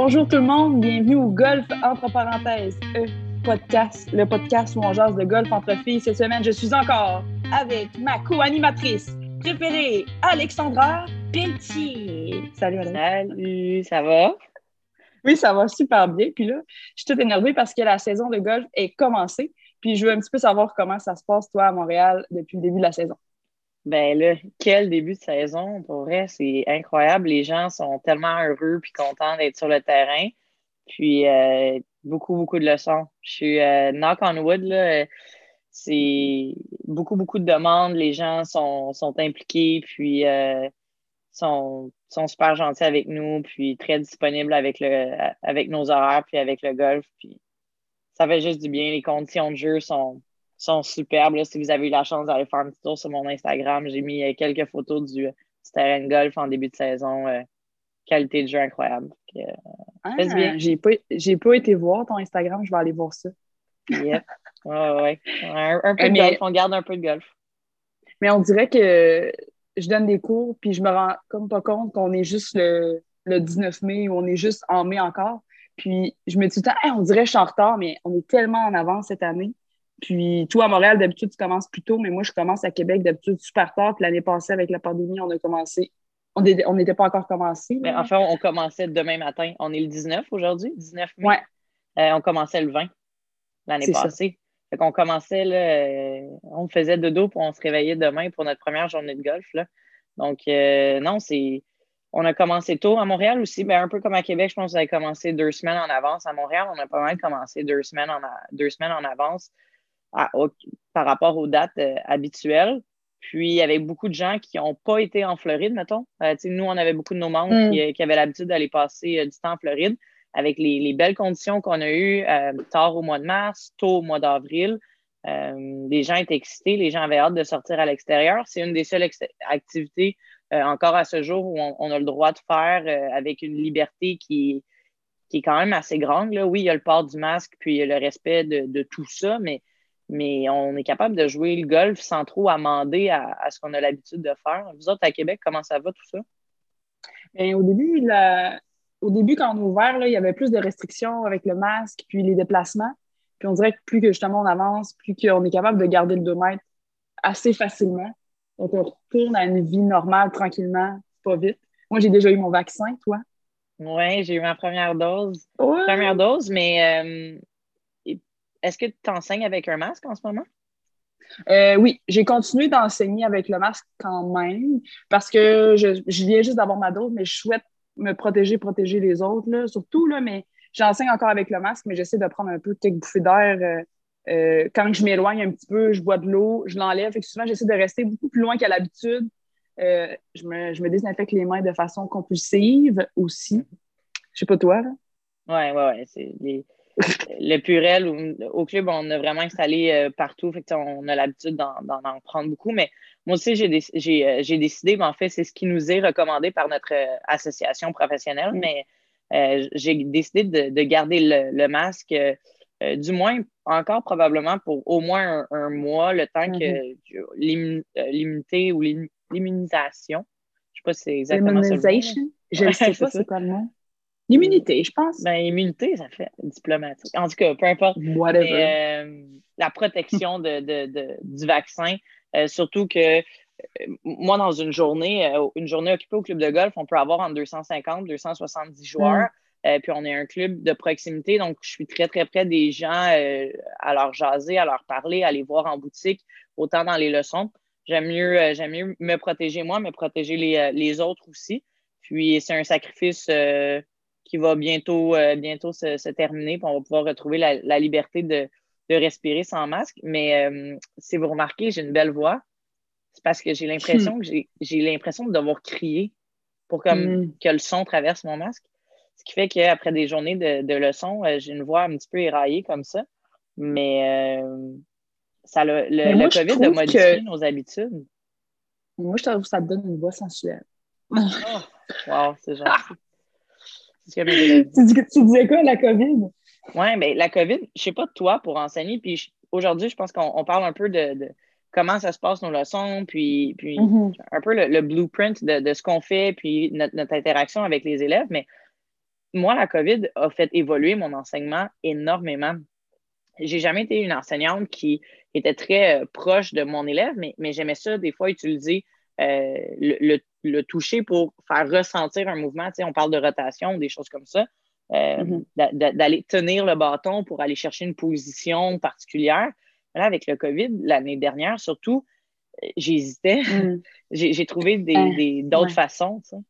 Bonjour tout le monde, bienvenue au Golf entre parenthèses, podcast, le podcast où on jase de golf entre filles. Cette semaine, je suis encore avec ma co-animatrice préférée, Alexandra Pelletier. Salut Alex. Salut, ça va? Oui, ça va super bien. Puis là, je suis toute énervée parce que la saison de golf est commencée. Puis je veux un petit peu savoir comment ça se passe, toi, à Montréal, depuis le début de la saison. Ben là, quel début de saison, pour vrai, c'est incroyable. Les gens sont tellement heureux puis contents d'être sur le terrain. Puis beaucoup de leçons. Je suis knock on wood, là, c'est beaucoup de demandes. Les gens sont impliqués, puis sont super gentils avec nous, puis très disponibles avec nos horaires, puis avec le golf. Puis ça fait juste du bien. Les conditions de jeu sont superbes. Là. Si vous avez eu la chance d'aller faire un petit tour sur mon Instagram, j'ai mis quelques photos du terrain de golf en début de saison. Qualité de jeu incroyable. Fait du bien. J'ai pas été voir ton Instagram, je vais aller voir ça. Yep. Ouais. Un peu de golf, on garde un peu de golf. Mais on dirait que je donne des cours, puis je me rends comme pas compte qu'on est juste le 19 mai ou on est juste en mai encore. Puis je me dis tout le temps, hey, on dirait que je suis en retard, mais on est tellement en avance cette année. Puis toi, à Montréal, d'habitude, tu commences plus tôt, mais moi, je commence à Québec d'habitude super tard. Puis l'année passée, avec la pandémie, on a commencé. On n'était pas encore commencé. Mais enfin, on commençait demain matin. On est le 19 aujourd'hui, 19 mai. Ouais. On commençait le 20 l'année passée. Fait qu'on commençait, là, on faisait dodo puis on se réveillait demain pour notre première journée de golf. Là. Donc, non, on a commencé tôt. À Montréal aussi, ben, un peu comme à Québec, je pense que vous avez commencé 2 semaines en avance. À Montréal, on a pas mal commencé 2 semaines en avance par rapport aux dates habituelles. Puis, il y avait beaucoup de gens qui n'ont pas été en Floride, mettons. Nous, on avait beaucoup de nos membres qui avaient l'habitude d'aller passer du temps en Floride avec les belles conditions qu'on a eues tard au mois de mars, tôt au mois d'avril. Les gens étaient excités, les gens avaient hâte de sortir à l'extérieur. C'est une des seules activités encore à ce jour où on a le droit de faire avec une liberté qui est quand même assez grande. Là. Oui, il y a le port du masque puis il y a le respect de tout ça, mais on est capable de jouer le golf sans trop amender à ce qu'on a l'habitude de faire. Vous autres, à Québec, comment ça va tout ça? Bien, au début, quand on a ouvert, là, il y avait plus de restrictions avec le masque puis les déplacements. Puis on dirait que plus que justement on avance, plus qu'on est capable de garder le 2 mètres assez facilement. Donc, on retourne à une vie normale, tranquillement, pas vite. Moi, j'ai déjà eu mon vaccin, toi? Oui, j'ai eu ma première dose. Ouais. Première dose, mais est-ce que tu t'enseignes avec un masque en ce moment? Oui, j'ai continué d'enseigner avec le masque quand même parce que je viens juste d'avoir ma dose, mais je souhaite me protéger les autres, là, surtout, là, mais j'enseigne encore avec le masque, mais j'essaie de prendre un peu de bouffée d'air. Quand je m'éloigne un petit peu, je bois de l'eau, je l'enlève. Fait que souvent, j'essaie de rester beaucoup plus loin qu'à l'habitude. Je me désinfecte les mains de façon compulsive aussi. Je sais pas toi, là. Oui. C'est le Purel au club, on a vraiment installé partout. Fait que, on a l'habitude d'en prendre beaucoup. Mais moi aussi, j'ai décidé, mais en fait, c'est ce qui nous est recommandé par notre association professionnelle. Mais j'ai décidé de garder le masque, du moins encore probablement pour au moins un mois, le temps que l'immunité ou l'immunisation. Je ne sais pas si c'est exactement ça le mot. Je ne sais pas c'est quoi le mot. L'immunité, je pense. Ben, immunité, ça fait diplomatique. En tout cas, peu importe. Whatever. Mais, la protection du vaccin, surtout que moi, dans une journée occupée au club de golf, on peut avoir entre 250 270 joueurs. Puis on est un club de proximité, donc je suis très, très près des gens à leur jaser, à leur parler, à les voir en boutique, autant dans les leçons. J'aime mieux me protéger moi, mais protéger les autres aussi. Puis c'est un sacrifice qui va bientôt se terminer, puis on va pouvoir retrouver la liberté de respirer sans masque. Mais si vous remarquez, j'ai une belle voix. C'est parce que j'ai l'impression de devoir crier pour que le son traverse mon masque. Ce qui fait qu'après des journées de leçons, j'ai une voix un petit peu éraillée comme ça. Mais le COVID a modifié nos habitudes. Moi, je trouve que ça te donne une voix sensuelle. Oh, wow, c'est gentil. Tu disais quoi, la COVID? Oui, mais la COVID, je sais pas de toi pour enseigner, puis aujourd'hui, je pense qu'on parle un peu de comment ça se passe nos leçons, puis un peu le blueprint de ce qu'on fait, puis notre interaction avec les élèves, mais moi, la COVID a fait évoluer mon enseignement énormément. J'ai jamais été une enseignante qui était très proche de mon élève, mais j'aimais ça, des fois, utiliser le toucher pour faire ressentir un mouvement. Tu sais, on parle de rotation, des choses comme ça. D'aller tenir le bâton pour aller chercher une position particulière. Là, avec le COVID, l'année dernière, surtout, j'hésitais. J'ai trouvé d'autres façons. Tu sais.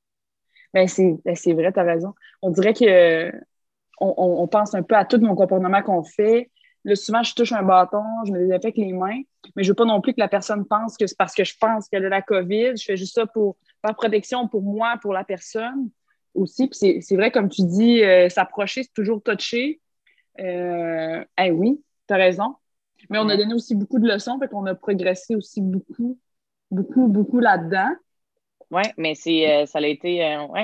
C'est vrai, tu as raison. On dirait que on pense un peu à tout mon comportement qu'on fait. Là, souvent, je touche un bâton, je me désinfecte les mains, mais je veux pas non plus que la personne pense que c'est parce que je pense qu'elle a la COVID. Je fais juste ça par protection pour moi, pour la personne aussi. Puis c'est vrai, comme tu dis, s'approcher, c'est toujours toucher. Oui, tu as raison. Mais on a donné aussi beaucoup de leçons, fait qu'on a progressé aussi beaucoup, beaucoup, beaucoup là-dedans. Oui, mais ça a été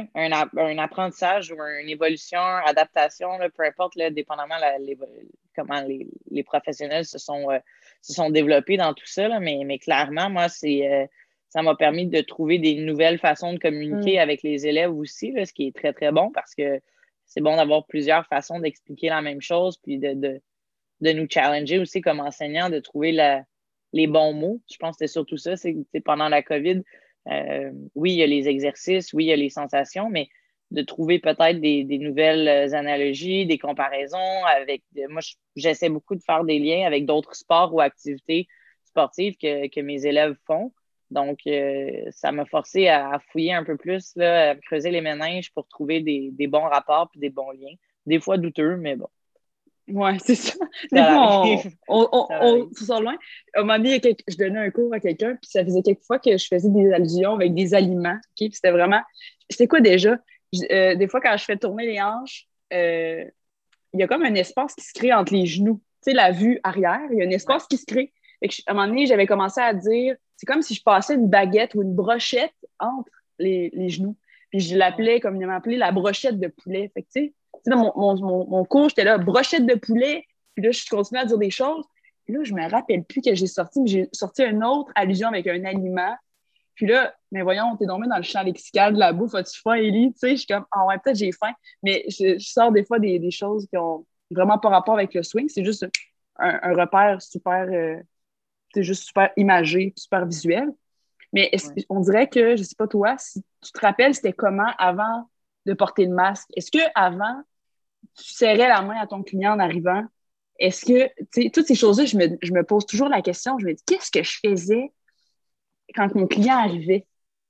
un apprentissage ou une évolution, adaptation, là, peu importe, là, dépendamment comment les professionnels se sont développés dans tout ça. Là, mais clairement, moi, ça m'a permis de trouver des nouvelles façons de communiquer avec les élèves aussi, là, ce qui est très, très bon parce que c'est bon d'avoir plusieurs façons d'expliquer la même chose, puis de nous challenger aussi comme enseignants, de trouver les bons mots. Je pense que c'était surtout ça, c'est pendant la COVID. Oui, il y a les exercices, oui, il y a les sensations, mais de trouver peut-être des nouvelles analogies, des comparaisons avec. Moi, j'essaie beaucoup de faire des liens avec d'autres sports ou activités sportives que mes élèves font. Donc, ça m'a forcé à fouiller un peu plus, là, à creuser les méninges pour trouver des bons rapports et des bons liens. Des fois douteux, mais bon. Oui, c'est ça. Des fois, on se sort loin. À un moment donné, je donnais un cours à quelqu'un, puis ça faisait quelques fois que je faisais des allusions avec des aliments. Okay? Puis c'était vraiment. C'est quoi déjà? Des fois, quand je fais tourner les hanches, il y a comme un espace qui se crée entre les genoux. Tu sais, la vue arrière, il y a un espace qui se crée. Fait que, à un moment donné, j'avais commencé à dire c'est comme si je passais une baguette ou une brochette entre les genoux. Puis je l'appelais, comme il m'appelait, la brochette de poulet. Fait que, tu sais, dans mon cours, j'étais là, brochette de poulet. Puis là, je continuais à dire des choses. Puis là, je me rappelle plus que j'ai sorti, mais j'ai sorti une autre allusion avec un aliment. Puis là, mais voyons, t'es tombé dans le champ lexical de la bouffe, as-tu faim, Élie? Tu sais, je suis comme, ah ouais, peut-être j'ai faim. Mais je sors des fois des choses qui ont vraiment pas rapport avec le swing. C'est juste un repère super, c'est juste super imagé, super visuel. Mais on dirait que, je sais pas toi, si tu te rappelles, c'était comment avant de porter le masque? Est-ce que avant tu serrais la main à ton client en arrivant? Est-ce que, tu sais, toutes ces choses-là, je me pose toujours la question, je me dis, qu'est-ce que je faisais quand mon client arrivait?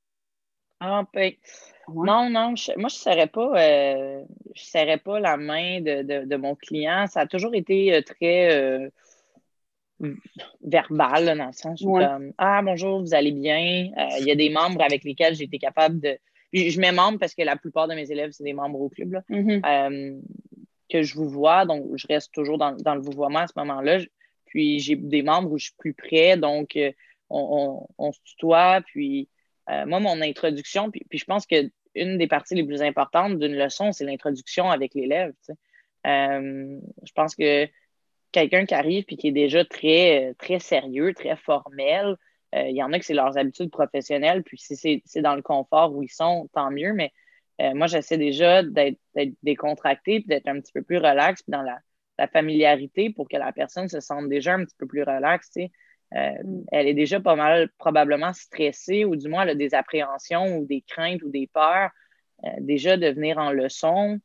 Ah, ben, Ouais. non, moi, je ne serrais pas la main de mon client. Ça a toujours été très verbal, là, dans le sens où, Ouais. comme, ah, bonjour, vous allez bien. Il y a des membres avec lesquels j'ai été capable de. Puis je mets membre parce que la plupart de mes élèves, c'est des membres au club, là, que je vous vois. Donc, je reste toujours dans le vouvoiement à ce moment-là. Puis j'ai des membres où je suis plus près. Donc, on se tutoie. Puis moi, mon introduction, puis je pense que une des parties les plus importantes d'une leçon, c'est l'introduction avec l'élève. Tu sais. Je pense que quelqu'un qui arrive et qui est déjà très, très sérieux, très formel, il y en a que c'est leurs habitudes professionnelles, puis si c'est dans le confort où ils sont, tant mieux, mais moi, j'essaie déjà d'être décontracté puis d'être un petit peu plus relax puis dans la familiarité pour que la personne se sente déjà un petit peu plus relaxe. Tu sais. Elle est déjà pas mal probablement stressée ou du moins elle a des appréhensions ou des craintes ou des peurs déjà de venir en leçon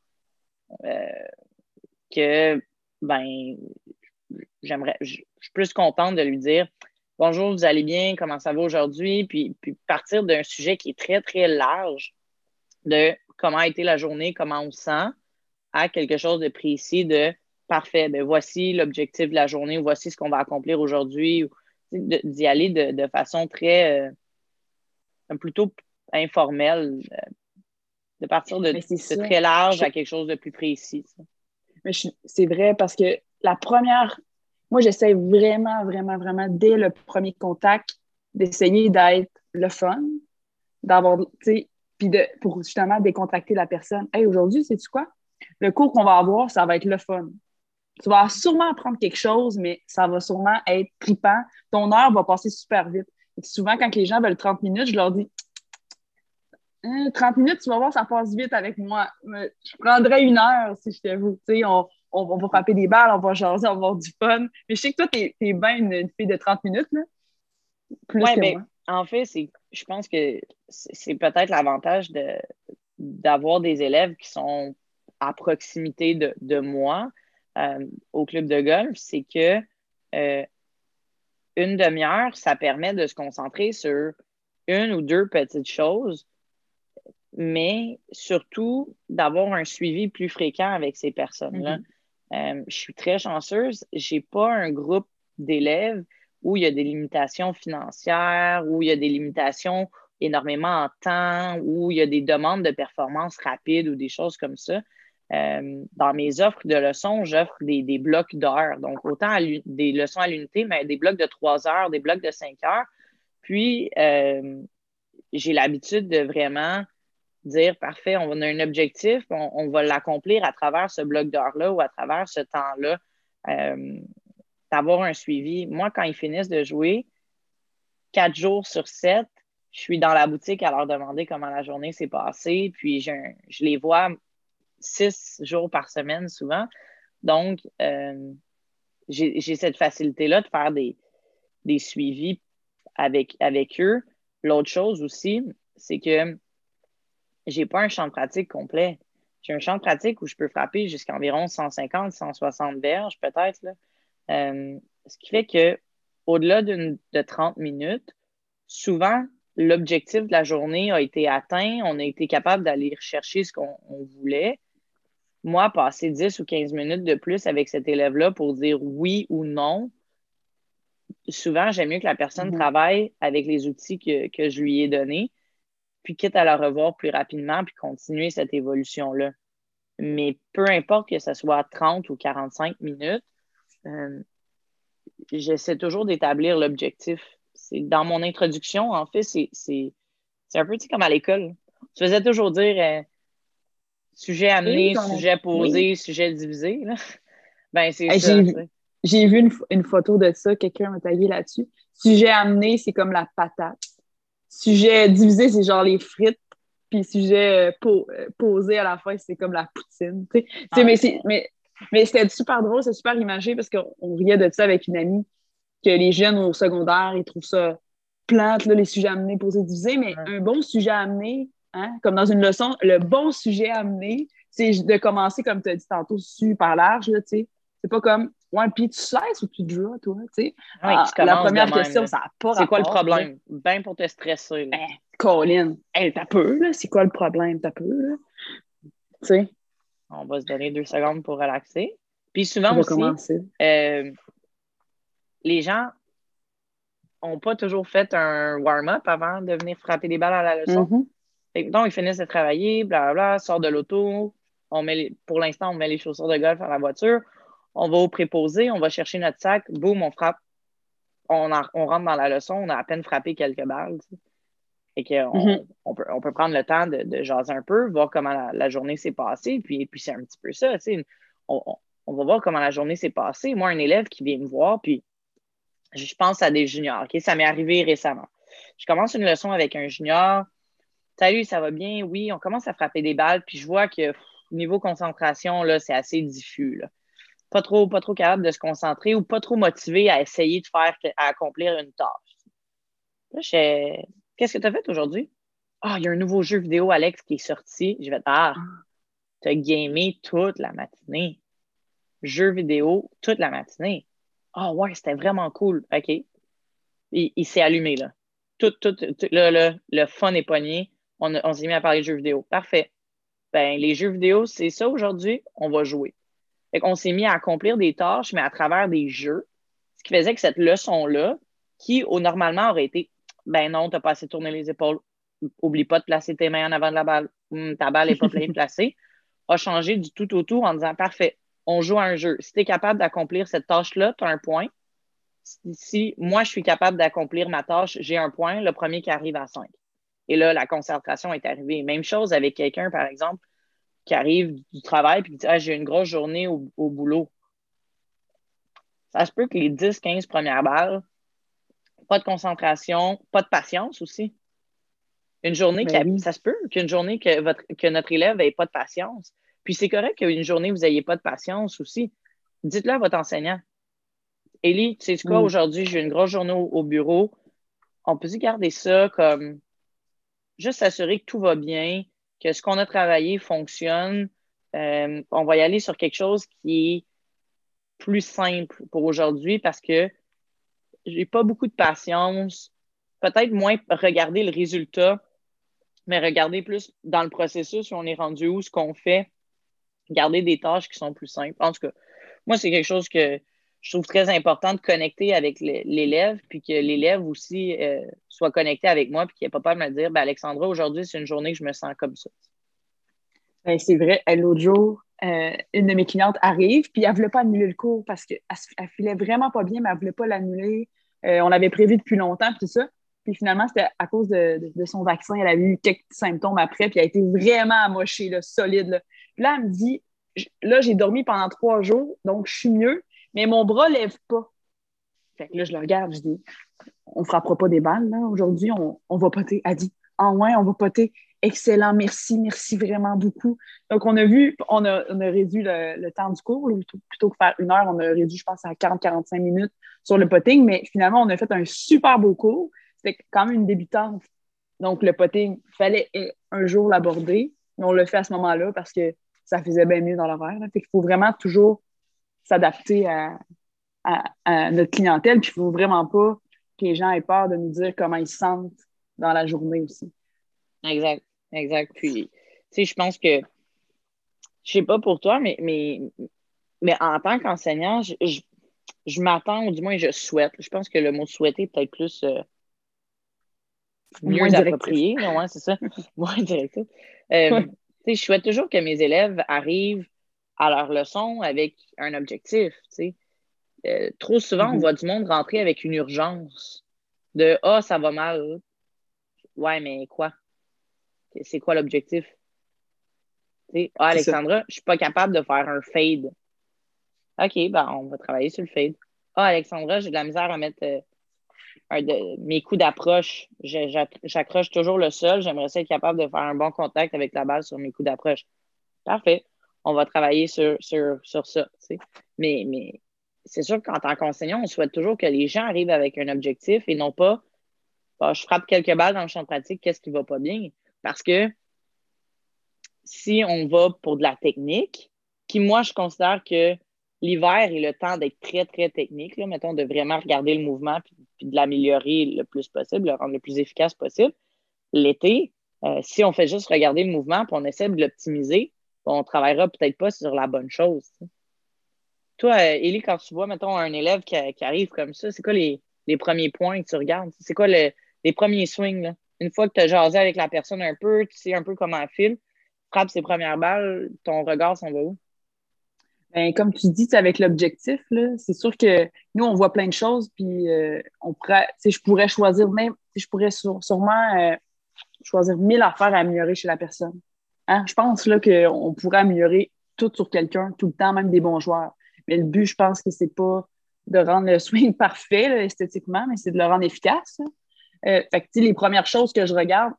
que ben je suis plus contente de lui dire bonjour, vous allez bien, comment ça va aujourd'hui, puis partir d'un sujet qui est très, très large de comment a été la journée, comment on se sent, à quelque chose de précis de parfait, ben voici l'objectif de la journée, voici ce qu'on va accomplir aujourd'hui, d'y aller de façon très plutôt informelle, de partir de très large à quelque chose de plus précis. Mais c'est vrai parce que la première, moi j'essaie vraiment, vraiment, vraiment dès le premier contact d'essayer d'être le fun, d'avoir, tu sais, puis pour justement décontracter la personne. Hey, aujourd'hui, sais-tu quoi? Le cours qu'on va avoir, ça va être le fun. Tu vas sûrement apprendre quelque chose, mais ça va sûrement être trippant. Ton heure va passer super vite. Et souvent, quand les gens veulent 30 minutes, je leur dis 30 minutes, tu vas voir, ça passe vite avec moi. Je prendrais 1 heure si j'étais vous. Tu sais, on va frapper des balles, on va jaser, on va avoir du fun. Mais je sais que toi, t'es bien une fille de 30 minutes, là, plus Oui, que ben, moi. en fait, je pense que c'est peut-être l'avantage d'avoir des élèves qui sont à proximité de moi au club de golf, c'est que euh, une demi-heure, ça permet de se concentrer sur une ou deux petites choses, mais surtout d'avoir un suivi plus fréquent avec ces personnes-là. Mhm. Je suis très chanceuse. J'ai pas un groupe d'élèves où il y a des limitations financières, où il y a des limitations énormément en temps, où il y a des demandes de performance rapides ou des choses comme ça. Dans mes offres de leçons, j'offre des blocs d'heures. Donc, autant des leçons à l'unité, mais des blocs de 3 heures, des blocs de 5 heures. Puis, j'ai l'habitude de vraiment dire, parfait, on a un objectif, on va l'accomplir à travers ce bloc d'heures-là ou à travers ce temps-là, d'avoir un suivi. Moi, quand ils finissent de jouer, 4 jours sur 7, je suis dans la boutique à leur demander comment la journée s'est passée, puis je les vois 6 jours par semaine souvent. Donc, j'ai cette facilité-là de faire des suivis avec eux. L'autre chose aussi, c'est que j'ai pas un champ de pratique complet. J'ai un champ de pratique où je peux frapper jusqu'à environ 150, 160 verges, peut-être, là. Ce qui fait que au-delà de 30 minutes, souvent, l'objectif de la journée a été atteint. On a été capable d'aller rechercher ce qu'on voulait. Moi, passer 10 ou 15 minutes de plus avec cet élève-là pour dire oui ou non, souvent, j'aime mieux que la personne Mhm. travaille avec les outils que je lui ai donnés, puis quitte à la revoir plus rapidement, puis continuer cette évolution-là. Mais peu importe que ce soit 30 ou 45 minutes, euh, j'essaie toujours d'établir l'objectif. C'est dans mon introduction, en fait, c'est un peu comme à l'école. Je faisais toujours dire sujet Eh oui, amené, sujet oui. posé, sujet divisé, là. Ben, c'est Hey, ça, tu sais. j'ai vu une photo de ça, quelqu'un m'a tagué là-dessus. Sujet amené, c'est comme la patate. Sujet divisé, c'est genre les frites. Puis sujet posé à la fin, c'est comme la poutine. Tu sais. Tu sais, Ah, mais c'était super drôle, c'est super imagé parce qu'on riait de ça avec une amie, que les jeunes au secondaire, ils trouvent ça plate, là, les sujets amenés, posés, divisés. Mais ouais. un bon sujet amené, hein, comme dans une leçon, le bon sujet amené, c'est de commencer, comme tu as dit tantôt, super large. Là, tu sais. C'est pas comme, ouais, puis tu slices ou tu draws, toi, tu sais. Oui, tu La commences de première même, question, là. ça n'a pas C'est quoi le rapport. Là. problème? Ben pour te stresser, là. Ben, Colin, hey, t'as peu, là. C'est quoi le problème? T'as peu, là. Tu sais, On va se donner 2 secondes pour relaxer. Puis on souvent va aussi, commencer. euh, les gens n'ont pas toujours fait un warm-up avant de venir frapper des balles à la leçon. Mhm. Donc, ils finissent de travailler, blablabla, sortent de l'auto. Pour l'instant, on met les chaussures de golf à la voiture. On va au préposé, on va chercher notre sac, boum, on frappe. On rentre dans la leçon, on a à peine frappé quelques balles. Tu sais. Et Mhm. on peut prendre le temps de jaser un peu, voir comment la journée s'est passée. Puis c'est un petit peu ça. Tu sais. On, on- on va voir comment la journée s'est passée. Moi, un élève qui vient me voir, puis je pense à des juniors. OK? Ça m'est arrivé récemment. Je commence une leçon avec un junior. Salut, ça va bien? Oui, on commence à frapper des balles, puis je vois que niveau concentration, là, c'est assez diffus. Là. Pas trop capable de se concentrer ou pas trop motivé à essayer à accomplir une tâche. Là, qu'est-ce que tu as fait aujourd'hui? Ah, il y a un nouveau jeu vidéo, Alex, qui est sorti. Je vais t'as gamé toute la matinée. Jeu vidéo toute la matinée. Ah ouais, c'était vraiment cool. OK. Il s'est allumé, là. Là, le fun est pogné. On s'est mis à parler de jeux vidéo. Parfait. Ben, les jeux vidéo, c'est ça aujourd'hui, on va jouer. Fait qu'on s'est mis à accomplir des tâches, mais à travers des jeux. Ce qui faisait que cette leçon-là, qui normalement aurait été ben non, t'as pas assez tourné les épaules. Oublie pas de placer tes mains en avant de la balle. Ta balle n'est pas bien placée. A changé du tout au tout en disant parfait, on joue à un jeu. Si tu es capable d'accomplir cette tâche-là, tu as un point. Si moi, je suis capable d'accomplir ma tâche, j'ai un point, le premier qui arrive à 5. Et là, la concentration est arrivée. Même chose avec quelqu'un, par exemple, qui arrive du travail et qui dit ah, j'ai une grosse journée au boulot. Ça se peut que les 10, 15 premières balles, pas de concentration, pas de patience aussi. Une journée, Ben oui. ça se peut qu'une journée que notre élève n'ait pas de patience. Puis c'est correct qu'une journée, vous n'ayez pas de patience aussi. Dites-le à votre enseignant. Élie, tu sais quoi, Mm. aujourd'hui, j'ai une grosse journée au bureau. On peut-y garder ça comme juste s'assurer que tout va bien, que ce qu'on a travaillé fonctionne. On va y aller sur quelque chose qui est plus simple pour aujourd'hui parce que j'ai pas beaucoup de patience. Peut-être moins regarder le résultat, mais regarder plus dans le processus où on est rendu où, ce qu'on fait, garder des tâches qui sont plus simples. En tout cas, moi, c'est quelque chose que je trouve très important de connecter avec l'élève, puis que l'élève aussi soit connecté avec moi, puis qu'il n'ait pas peur de me dire, ben, Alexandra, aujourd'hui, c'est une journée que je me sens comme ça. Ben, c'est vrai. L'autre jour, une de mes clientes arrive, puis elle ne voulait pas annuler le cours parce qu'elle filait vraiment pas bien, mais elle ne voulait pas l'annuler. On l'avait prévu depuis longtemps, puis tout ça. Puis finalement, c'était à cause de son vaccin. Elle a eu quelques symptômes après, puis elle a été vraiment amochée, là, solide. Là. Puis là, elle me dit, là, j'ai dormi pendant 3 jours, donc je suis mieux, mais mon bras ne lève pas. Fait que là, je le regarde, je dis, on ne frappera pas des balles, là. Aujourd'hui, on va poter. Elle dit, en moins, on va poter. Excellent, merci, merci vraiment beaucoup. Donc, on a réduit le temps du cours. Là, plutôt que faire 1 heure, on a réduit, je pense, à 40-45 minutes sur le potting, mais finalement, on a fait un super beau cours. C'était quand même une débutante. Donc, le potting, il fallait un jour l'aborder, mais on l'a fait à ce moment-là parce que ça faisait bien mieux dans l'horaire. Fait qu'il faut vraiment toujours s'adapter à notre clientèle, puis il ne faut vraiment pas que les gens aient peur de nous dire comment ils se sentent dans la journée aussi. Exact, exact. Puis, tu sais, je pense que, je sais pas pour toi, mais en tant qu'enseignant, je m'attends, ou du moins je souhaite. Je pense que le mot souhaiter est peut-être plus Moins mieux directif. approprié. Non, ouais, c'est ça. Moins directif. Tu sais, je souhaite toujours que mes élèves arrivent à leur leçon avec un objectif. Tu sais. Trop souvent, on Mhm. voit du monde rentrer avec une urgence de Ah, ça va mal. Ouais, mais quoi? C'est quoi l'objectif? Tu sais, ah, C'est ça. Alexandra, je suis pas capable de faire un fade. OK, ben, on va travailler sur le fade. Ah, Alexandra, j'ai de la misère à mettre mes coups d'approche. J'accroche toujours le sol. J'aimerais ça être capable de faire un bon contact avec la balle sur mes coups d'approche. Parfait. On va travailler sur ça. Tu sais. Mais c'est sûr qu'en tant qu'enseignant, on souhaite toujours que les gens arrivent avec un objectif et non pas bah, je frappe quelques balles dans le champ de pratique, qu'est-ce qui va pas bien? Parce que si on va pour de la technique, qui moi, je considère que l'hiver est le temps d'être très, très technique, là, mettons, de vraiment regarder le mouvement puis de l'améliorer le plus possible, le rendre le plus efficace possible. L'été, si on fait juste regarder le mouvement puis on essaie de l'optimiser, on travaillera peut-être pas sur la bonne chose. Tu sais. Toi, Élie, quand tu vois, mettons, un élève qui arrive comme ça, c'est quoi les premiers points que tu regardes? C'est quoi les premiers swings, là? Une fois que tu as jasé avec la personne un peu, tu sais un peu comment elle file, frappe ses premières balles, ton regard s'en va où? Ben, comme tu dis, avec l'objectif, là, c'est sûr que nous, on voit plein de choses, puis je pourrais choisir même, je pourrais sûrement choisir 1000 affaires à améliorer chez la personne. Hein? Je pense là, qu'on pourrait améliorer tout sur quelqu'un, tout le temps, même des bons joueurs. Mais le but, je pense que c'est pas de rendre le swing parfait là, esthétiquement, mais c'est de le rendre efficace. Là. Fait que, les premières choses que je regarde,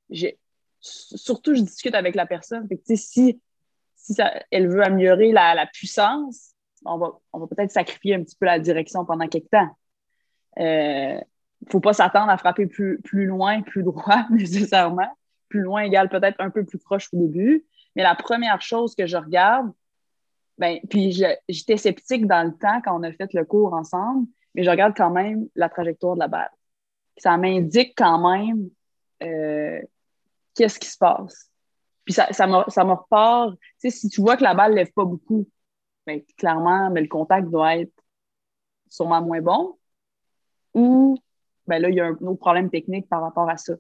surtout, je discute avec la personne. Fait que, si elle veut améliorer la puissance, on va peut-être sacrifier un petit peu la direction pendant quelques temps. Il ne faut pas s'attendre à frapper plus loin, plus droit nécessairement. Plus loin égale peut-être un peu plus proche au début. Mais la première chose que je regarde, ben, puis j'étais sceptique dans le temps quand on a fait le cours ensemble, mais je regarde quand même la trajectoire de la balle. Ça m'indique quand même euh, qu'est-ce qui se passe. Puis ça me repart. Tu sais, si tu vois que la balle ne lève pas beaucoup, ben, clairement, ben, le contact doit être sûrement moins bon. Ou ben là, il y a un autre problème technique par rapport à ça.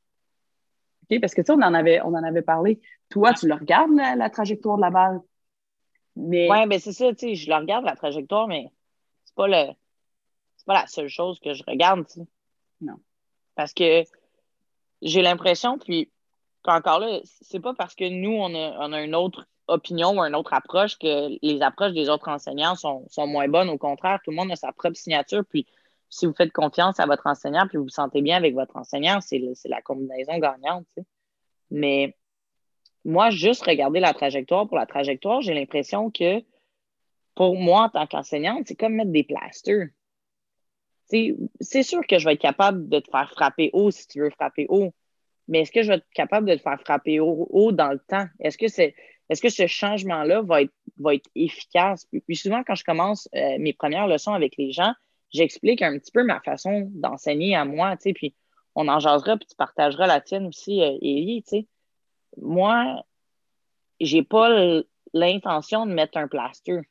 OK? Parce que tu sais, on en avait parlé. Toi, tu le regardes, la trajectoire de la balle, mais Ouais, ben c'est ça, tu sais, je le regarde la trajectoire, mais c'est pas le c'est pas la seule chose que je regarde, tu sais. non. Parce que j'ai l'impression, puis encore là, c'est pas parce que nous, on a une autre opinion ou une autre approche que les approches des autres enseignants sont moins bonnes. Au contraire, tout le monde a sa propre signature. Puis si vous faites confiance à votre enseignant puis vous vous sentez bien avec votre enseignant, c'est la combinaison gagnante. Tu sais. Mais moi, juste regarder la trajectoire pour la trajectoire, j'ai l'impression que pour moi, en tant qu'enseignante, c'est comme mettre des plasters. Tu sais, c'est sûr que je vais être capable de te faire frapper haut si tu veux frapper haut, mais est-ce que je vais être capable de te faire frapper haut dans le temps? Est-ce que ce changement-là va être efficace? Puis souvent, quand je commence mes premières leçons avec les gens, j'explique un petit peu ma façon d'enseigner à moi, tu sais, puis on en jasera, puis tu partageras la tienne aussi, Élie, tu sais. Moi, j'ai pas l'intention de mettre un plaster.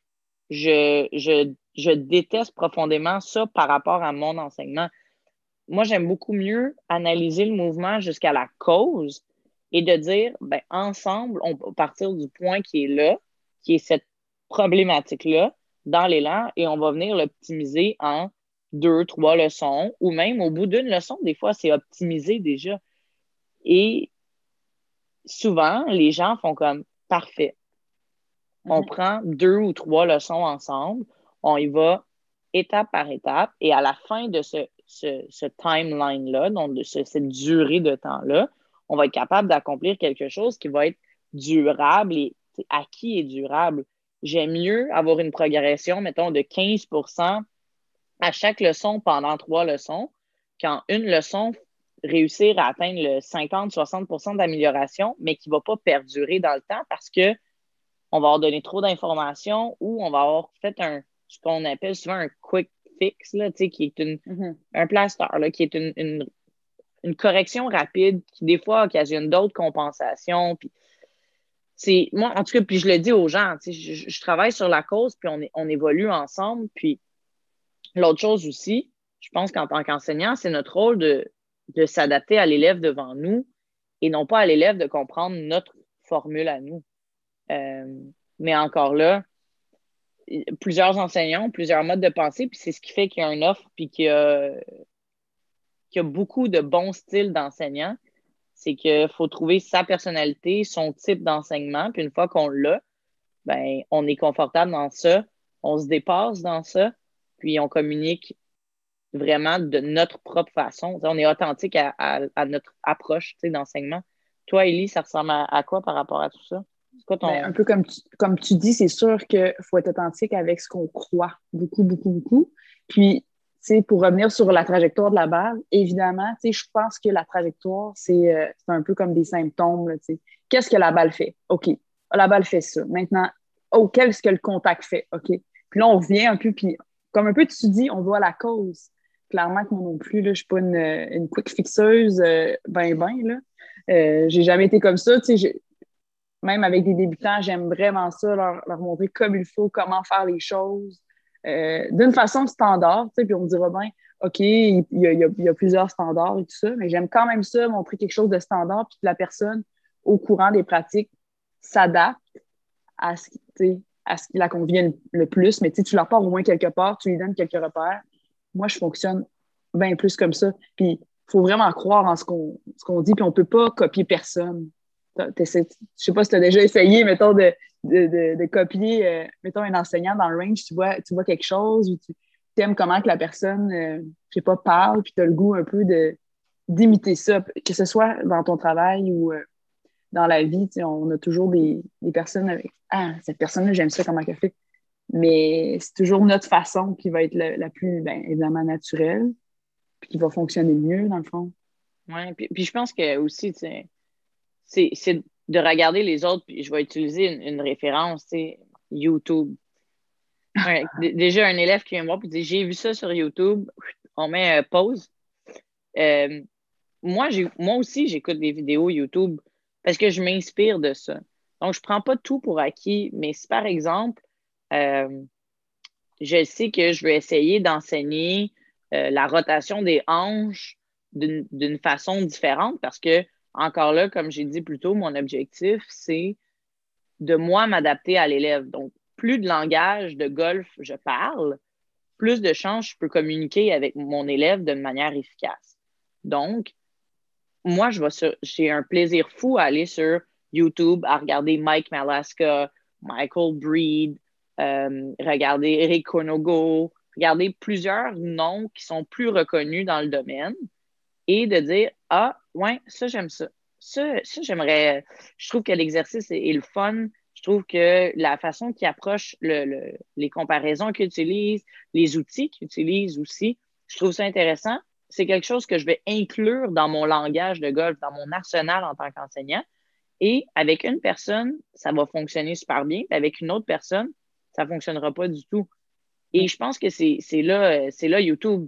Je déteste profondément ça par rapport à mon enseignement. Moi, j'aime beaucoup mieux analyser le mouvement jusqu'à la cause et de dire, ben, ensemble, on peut partir du point qui est là, qui est cette problématique-là, dans l'élan, et on va venir l'optimiser en 2, 3 leçons, ou même au bout d'une leçon, des fois, c'est optimisé déjà. Et souvent, les gens font comme parfait. On prend 2 ou 3 leçons ensemble, on y va étape par étape, et à la fin de ce timeline-là, donc de cette durée de temps-là, on va être capable d'accomplir quelque chose qui va être durable et acquis et durable. J'aime mieux avoir une progression, mettons, de 15% à chaque leçon pendant 3 leçons, qu'en une leçon, réussir à atteindre le 50-60% d'amélioration, mais qui ne va pas perdurer dans le temps parce que on va avoir donné trop d'informations ou on va avoir fait ce qu'on appelle souvent un quick fix, là, qui est un plaster, là, qui est une correction rapide qui, des fois, occasionne d'autres compensations. Puis moi, en tout cas, puis je le dis aux gens, je travaille sur la cause, puis on évolue ensemble. Puis l'autre chose aussi, je pense qu'en tant qu'enseignant, c'est notre rôle de s'adapter à l'élève devant nous et non pas à l'élève de comprendre notre formule à nous. Mais encore là, plusieurs enseignants, plusieurs modes de pensée, puis c'est ce qui fait qu'il y a une offre, puis qu'il y a beaucoup de bons styles d'enseignants. C'est qu'il faut trouver sa personnalité, son type d'enseignement, puis une fois qu'on l'a, ben, on est confortable dans ça, on se dépasse dans ça, puis on communique vraiment de notre propre façon. On est authentique à notre approche d'enseignement. Toi, Élie, ça ressemble à quoi par rapport à tout ça? C'est quoi Ben, ton... un peu comme tu dis, c'est sûr qu'il faut être authentique avec ce qu'on croit, beaucoup, beaucoup, beaucoup. Puis, tu sais, pour revenir sur la trajectoire de la balle, évidemment, tu sais, je pense que la trajectoire, c'est un peu comme des symptômes, là, tu sais. Qu'est-ce que la balle fait? OK, la balle fait ça. Maintenant, oh, qu'est-ce que le contact fait? OK. Puis là, on revient un peu, puis comme un peu tu dis, on voit la cause. Clairement que moi non plus, là, je ne suis pas une quick fixeuse, là. J'ai jamais été comme ça, tu sais, même avec des débutants, j'aime vraiment ça, leur montrer comme il faut, comment faire les choses, d'une façon standard, tu sais, puis on me dira bien, OK, il y a plusieurs standards et tout ça, mais j'aime quand même ça, montrer quelque chose de standard, puis que la personne, au courant des pratiques, s'adapte à ce, à ce qui la convient le plus, mais tu leur pars au moins quelque part, tu lui donnes quelques repères. Moi, je fonctionne bien plus comme ça. Puis, il faut vraiment croire en ce qu'on dit, puis on ne peut pas copier personne. Je sais pas si tu as déjà essayé, mettons, de copier, mettons, un enseignant dans le range, tu vois quelque chose ou tu aimes comment que la personne, je sais pas, parle, puis tu as le goût un peu d'imiter ça, que ce soit dans ton travail ou dans la vie, on a toujours des personnes avec Ah, cette personne-là, j'aime ça, comment elle fait. Mais c'est toujours notre façon qui va être la plus, bien, évidemment, naturelle, puis qui va fonctionner le mieux, dans le fond. Ouais, puis je pense que aussi, c'est de regarder les autres, puis je vais utiliser une référence, YouTube. Déjà, un élève qui vient me voir et dit j'ai vu ça sur YouTube, on met pause. Euh, moi aussi, j'écoute des vidéos YouTube parce que je m'inspire de ça. Donc, je ne prends pas tout pour acquis, mais si par exemple, euh, je sais que je vais essayer d'enseigner la rotation des hanches d'une façon différente parce que, encore là, comme j'ai dit plus tôt, mon objectif, c'est de moi m'adapter à l'élève. Donc, plus de langage de golf je parle, plus de chances je peux communiquer avec mon élève d'une manière efficace. Donc, moi, j'ai un plaisir fou à aller sur YouTube, à regarder Mike Malaska, Michael Breed, regarder Eric Konogo, regarder plusieurs noms qui sont plus reconnus dans le domaine et de dire, ah, ouais, ça, j'aime ça. Ça, j'aimerais. Je trouve que l'exercice est le fun. Je trouve que la façon qu'il approche les comparaisons qu'il utilise, les outils qu'il utilise aussi, je trouve ça intéressant. C'est quelque chose que je vais inclure dans mon langage de golf, dans mon arsenal en tant qu'enseignant. Et avec une personne, ça va fonctionner super bien. Avec une autre personne, ça ne fonctionnera pas du tout. Et je pense que c'est là YouTube.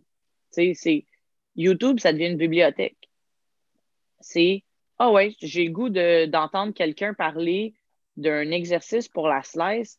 YouTube, ça devient une bibliothèque. C'est, ah ouais, j'ai le goût d'entendre quelqu'un parler d'un exercice pour la slice.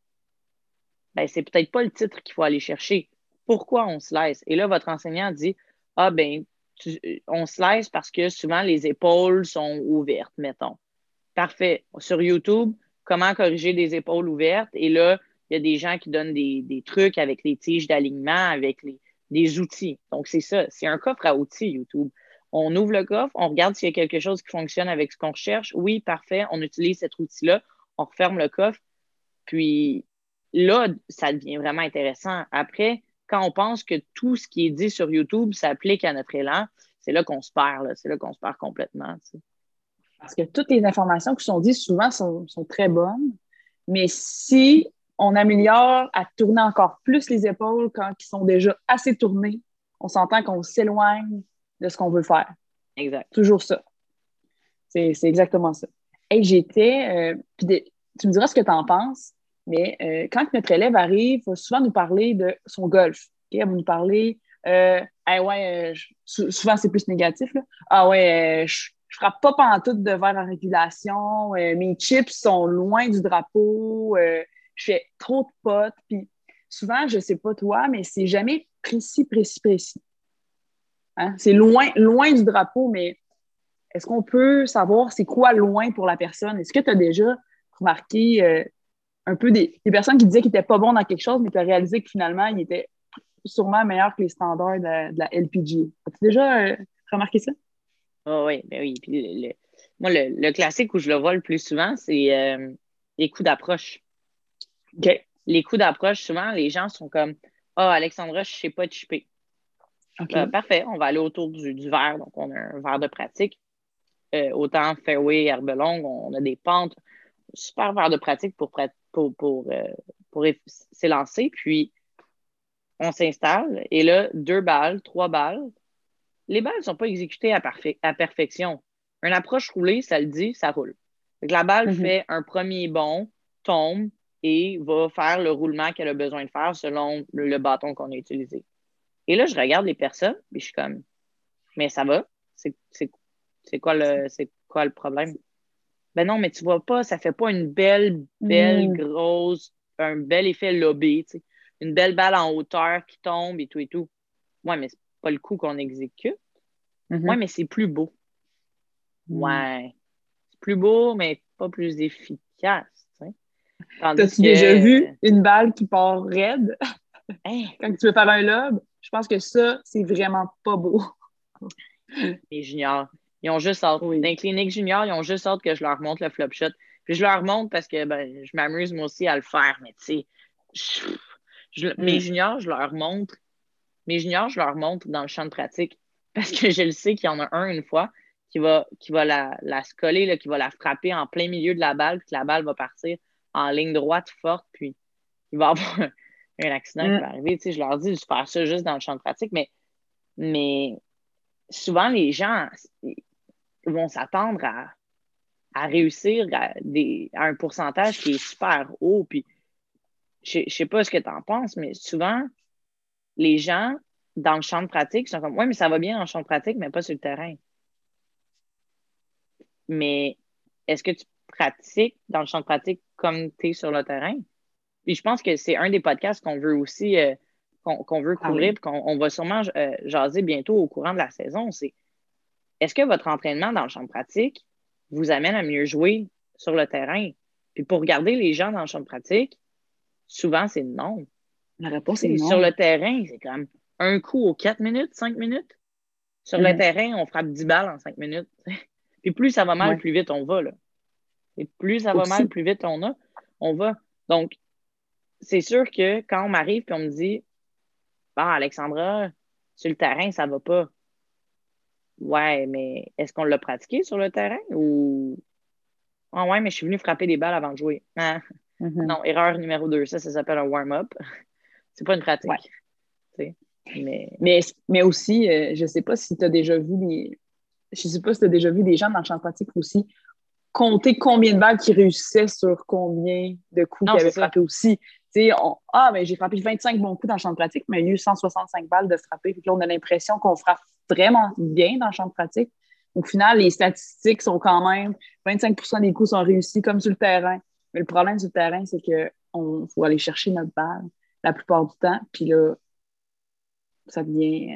Ben, c'est peut-être pas le titre qu'il faut aller chercher. Pourquoi on slice? Et là, votre enseignant dit, ah ben, on slice parce que souvent les épaules sont ouvertes, mettons. Parfait. Sur YouTube, comment corriger des épaules ouvertes? Et là, il y a des gens qui donnent des trucs avec les tiges d'alignement, avec des outils. Donc, c'est ça. C'est un coffre à outils, YouTube. On ouvre le coffre, on regarde s'il y a quelque chose qui fonctionne avec ce qu'on recherche. Oui, parfait, on utilise cet outil-là, on referme le coffre. Puis là, ça devient vraiment intéressant. Après, quand on pense que tout ce qui est dit sur YouTube s'applique à notre élan, c'est là qu'on se perd, là. C'est là qu'on se perd complètement. Tu sais. Parce que toutes les informations qui sont dites souvent sont très bonnes, mais si on améliore à tourner encore plus les épaules quand ils sont déjà assez tournés, on s'entend qu'on s'éloigne de ce qu'on veut faire. Exact. Toujours ça. C'est exactement ça. Hey, tu me diras ce que tu en penses, mais quand notre élève arrive, il va souvent nous parler de son golf. Okay? Elle va nous parler, hey, ouais, souvent c'est plus négatif, là. Ah ouais, je frappe pas pantoute de verre en régulation, mes chips sont loin du drapeau, je fais trop de potes. Puis souvent, je sais pas toi, mais c'est jamais précis, précis, précis. Hein? C'est loin, loin du drapeau, mais est-ce qu'on peut savoir c'est quoi loin pour la personne? Est-ce que tu as déjà remarqué un peu des personnes qui disaient qu'ils n'étaient pas bons dans quelque chose, mais tu as réalisé que finalement, ils étaient sûrement meilleurs que les standards de la LPGA? As-tu déjà remarqué ça? Oh, oui, ben oui. Puis moi, le classique où je le vois le plus souvent, c'est les coups d'approche. OK. Les coups d'approche, souvent, les gens sont comme ah, Alexandra, je ne sais pas chipper. OK. Parfait, on va aller autour du verre. Donc, on a un verre de pratique. Autant fairway, herbe longue, on a des pentes. Super verre de pratique pour s'élancer. Puis, on s'installe. Et là, 2 balles, 3 balles. Les balles ne sont pas exécutées à perfection. Une approche roulée, ça le dit, ça roule. Donc, la balle Mhm. fait un premier bond, tombe et va faire le roulement qu'elle a besoin de faire selon le bâton qu'on a utilisé. Et là, je regarde les personnes et je suis comme, mais ça va? C'est quoi le problème? Ben non, mais tu vois pas, ça fait pas une belle, belle, Mm. grosse, un bel effet lobé, tu sais. Une belle balle en hauteur qui tombe et tout et tout. Ouais, mais c'est pas le coup qu'on exécute. Ouais, Mhm. mais c'est plus beau. Mm. Ouais. C'est plus beau, mais pas plus efficace, tu sais. Tandis T'as-tu déjà que, vu une balle qui part raide hein, quand tu veux faire un lob? Je pense que ça, c'est vraiment pas beau. les juniors, ils ont juste hâte. Dans Oui. les cliniques juniors, ils ont juste hâte que je leur montre le flop shot. Puis je leur montre parce que ben, je m'amuse moi aussi à le faire, mais tu sais, mes Mm. juniors, je leur montre. Mes juniors, je leur montre dans le champ de pratique parce que je le sais qu'il y en a un une fois qui va la se coller, là, qui va la frapper en plein milieu de la balle, puis que la balle va partir en ligne droite forte, puis il va y avoir un accident qui Mm. va arriver. Tu sais, je leur dis de faire ça juste dans le champ de pratique, mais souvent, les gens vont s'attendre à réussir à un pourcentage qui est super haut. Puis, je ne sais pas ce que tu en penses, mais souvent, les gens, dans le champ de pratique, sont comme, ouais, mais ça va bien dans le champ de pratique, mais pas sur le terrain. Mais est-ce que tu pratiques dans le champ de pratique comme tu es sur le terrain? Puis je pense que c'est un des podcasts qu'on veut aussi, qu'on veut Ah couvrir, oui. puis qu'on va sûrement jaser bientôt au courant de la saison. C'est est-ce que votre entraînement dans le champ de pratique vous amène à mieux jouer sur le terrain? Puis pour regarder les gens dans le champ de pratique, souvent c'est non. La réponse est Tu sais, sur non. le terrain, c'est comme un coup aux 4 minutes, 5 minutes. Sur le Mhm. terrain, on frappe 10 balles en 5 minutes. Puis plus ça va mal, Ouais. plus vite on va. Là. Et plus ça va mal, Aussi. plus vite on va. Donc, c'est sûr que quand on m'arrive et on me dit Bon, Alexandra, sur le terrain, ça va pas. Ouais, mais est-ce qu'on l'a pratiqué sur le terrain ou. Ah ouais, mais je suis venue frapper des balles avant de jouer. Ah, Mhm. non, erreur numéro 2, ça s'appelle un warm-up. C'est pas une Ouais. pratique. Tu sais. Mais Mais aussi, je sais pas si tu as déjà vu je sais pas si tu as déjà vu des gens dans le champ pratique aussi compter combien de balles qui réussissaient sur combien de coups non, qu'ils c'est avaient ça. frappé aussi. Mais j'ai frappé 25 bons coups dans le champ de pratique, mais il y a eu 165 balles de frapper. Puis là, on a l'impression qu'on frappe vraiment bien dans le champ de pratique. Au final, les statistiques sont quand même 25 des coups sont réussis comme sur le terrain. Mais le problème sur le terrain, c'est qu'on faut aller chercher notre balle la plupart du temps. Puis là, ça devient.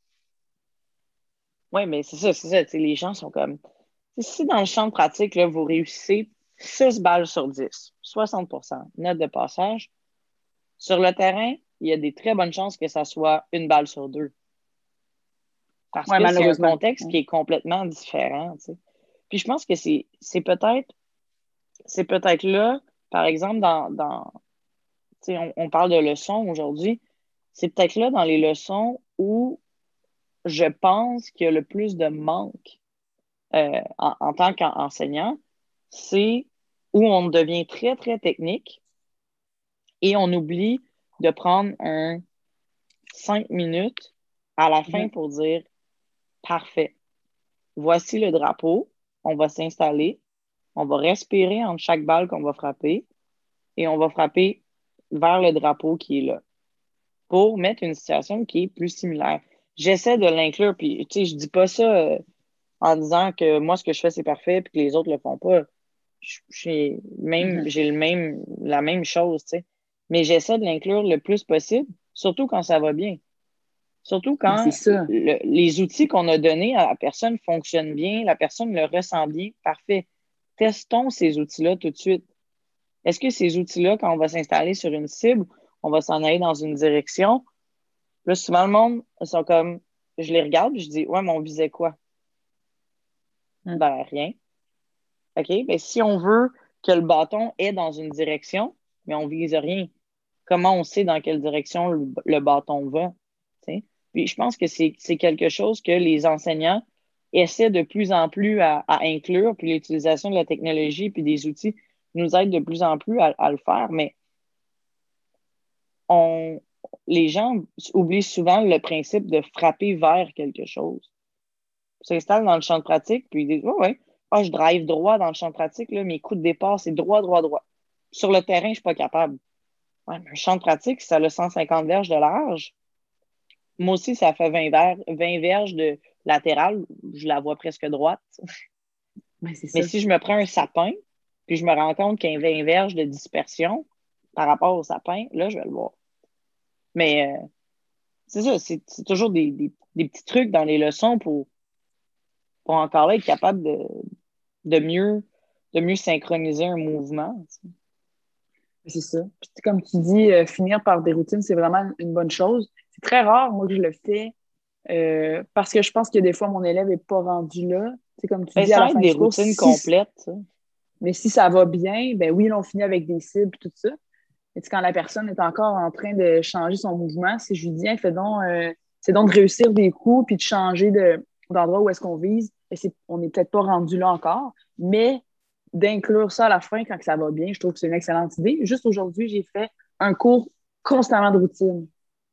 Oui, mais c'est ça, c'est ça. Tu sais, les gens sont comme. Si dans le champ de pratique, là, vous réussissez 6 balles sur 10, 60%, note de passage, sur le terrain, il y a des très bonnes chances que ça soit une balle sur deux. Parce Ouais, que c'est un malheureusement. contexte qui est complètement différent. Tu sais. Puis je pense que c'est peut-être là, par exemple, tu sais, on parle de leçons aujourd'hui, c'est peut-être là dans les leçons où je pense qu'il y a le plus de manque en tant qu'enseignant, c'est où on devient très, très technique et on oublie de prendre un 5 minutes à la fin Mhm. pour dire parfait, voici le drapeau, on va s'installer, on va respirer entre chaque balle qu'on va frapper et on va frapper vers le drapeau qui est là pour mettre une situation qui est plus similaire. J'essaie de l'inclure, puis tu sais, je dis pas ça en disant que moi, ce que je fais, c'est parfait, puis que les autres le font pas. Mhm. J'ai la même chose, tu sais. Mais j'essaie de l'inclure le plus possible, surtout quand ça va bien. Surtout Mais c'est quand ça. les outils qu'on a donnés à la personne fonctionnent bien, la personne le ressent bien, parfait. Testons ces outils-là tout de suite. Est-ce que ces outils-là, quand on va s'installer sur une cible, on va s'en aller dans une direction? Là, souvent, le monde, ils sont comme, je les regarde, je dis, ouais, mais on visait quoi? Mhm. Ben, rien. OK? Ben, si on veut que le bâton est dans une direction, mais on vise rien, comment on sait dans quelle direction le bâton va? T'sais? Puis je pense que c'est quelque chose que les enseignants essaient de plus en plus à inclure, puis l'utilisation de la technologie puis des outils nous aide de plus en plus à le faire, mais on, les gens oublient souvent le principe de frapper vers quelque chose. Ils s'installent dans le champ de pratique, puis ils disent, ouais, ouais, ah, je drive droit dans le champ de pratique, là, mes coups de départ, c'est droit, droit, droit. Sur le terrain, je suis pas capable. Ouais, mais un champ de pratique, ça a 150 verges de large. Moi aussi, ça fait 20 verges de latéral. Je la vois presque droite. Ben, c'est Mais ça. si je me prends un sapin, puis je me rends compte qu'il y a 20 verges de dispersion par rapport au sapin, là, je vais le voir. Mais c'est ça, c'est toujours des petits trucs dans les leçons pour encore là être capable de mieux, de mieux synchroniser un mouvement. Tu sais. C'est ça. Puis, comme tu dis, finir par des routines, c'est vraiment une bonne chose. C'est très rare, moi, que je le fais parce que je pense que des fois, mon élève n'est pas rendu là. C'est comme tu Ben, dis à la sans être fin des du cours, routines complètes, tu sais. mais si ça va bien, ben oui, là, on finit avec des cibles, tout ça. Mais quand la personne est encore en train de changer son mouvement, si je lui dis, hey, c'est donc de réussir des coups puis de changer d'endroit où est-ce qu'on vise, ben, on n'est peut-être pas rendu là encore, mais d'inclure ça à la fin quand ça va bien, je trouve que c'est une excellente idée. Juste aujourd'hui, j'ai fait un cours constamment de routine.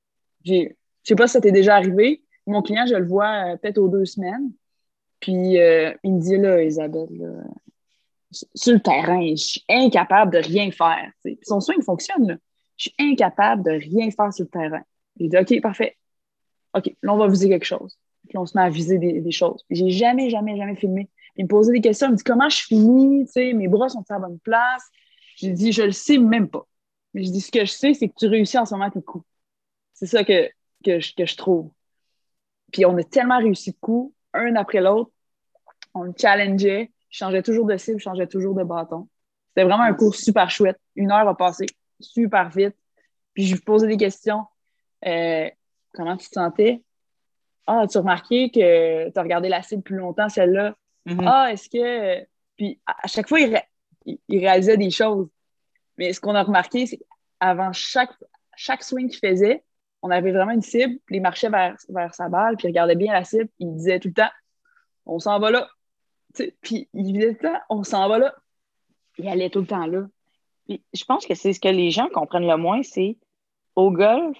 Je sais pas si ça t'est déjà arrivé. Mon client, je le vois peut-être aux 2 semaines. Puis il me dit là, Isabelle, là, sur le terrain, je suis incapable de rien faire. T'sais. Puis son swing fonctionne. Là. Je suis incapable de rien faire sur le terrain. Il dit OK, parfait. OK, là, on va viser quelque chose. Puis là, on se met à viser des choses. Puis j'ai jamais, jamais, jamais filmé. Puis il me posait des questions. Il me dit comment je finis, mes bras sont à la bonne place. J'ai dit, je le sais même pas. Mais je dis, ce que je sais, c'est que tu réussis en ce moment tes coups. C'est ça que je trouve. Puis on a tellement réussi de coups, un après l'autre. On le challengeait. Je changeais toujours de cible, je changeais toujours de bâton. C'était vraiment un cours super chouette. 1 heure a passé super vite. Puis je lui posais des questions. Euh, Comment tu te sentais? Ah, as-tu remarqué que tu as regardé la cible plus longtemps, celle-là? Mhm. Ah, est-ce que. Puis à chaque fois, il réalisait des choses. Mais ce qu'on a remarqué, c'est qu'avant chaque swing qu'il faisait, on avait vraiment une cible, puis il marchait vers sa balle, puis il regardait bien la cible, il disait tout le temps, on s'en va là. Puis il disait tout le temps, on s'en va là. Il allait tout le temps là. Puis, je pense que c'est ce que les gens comprennent le moins, c'est au golf,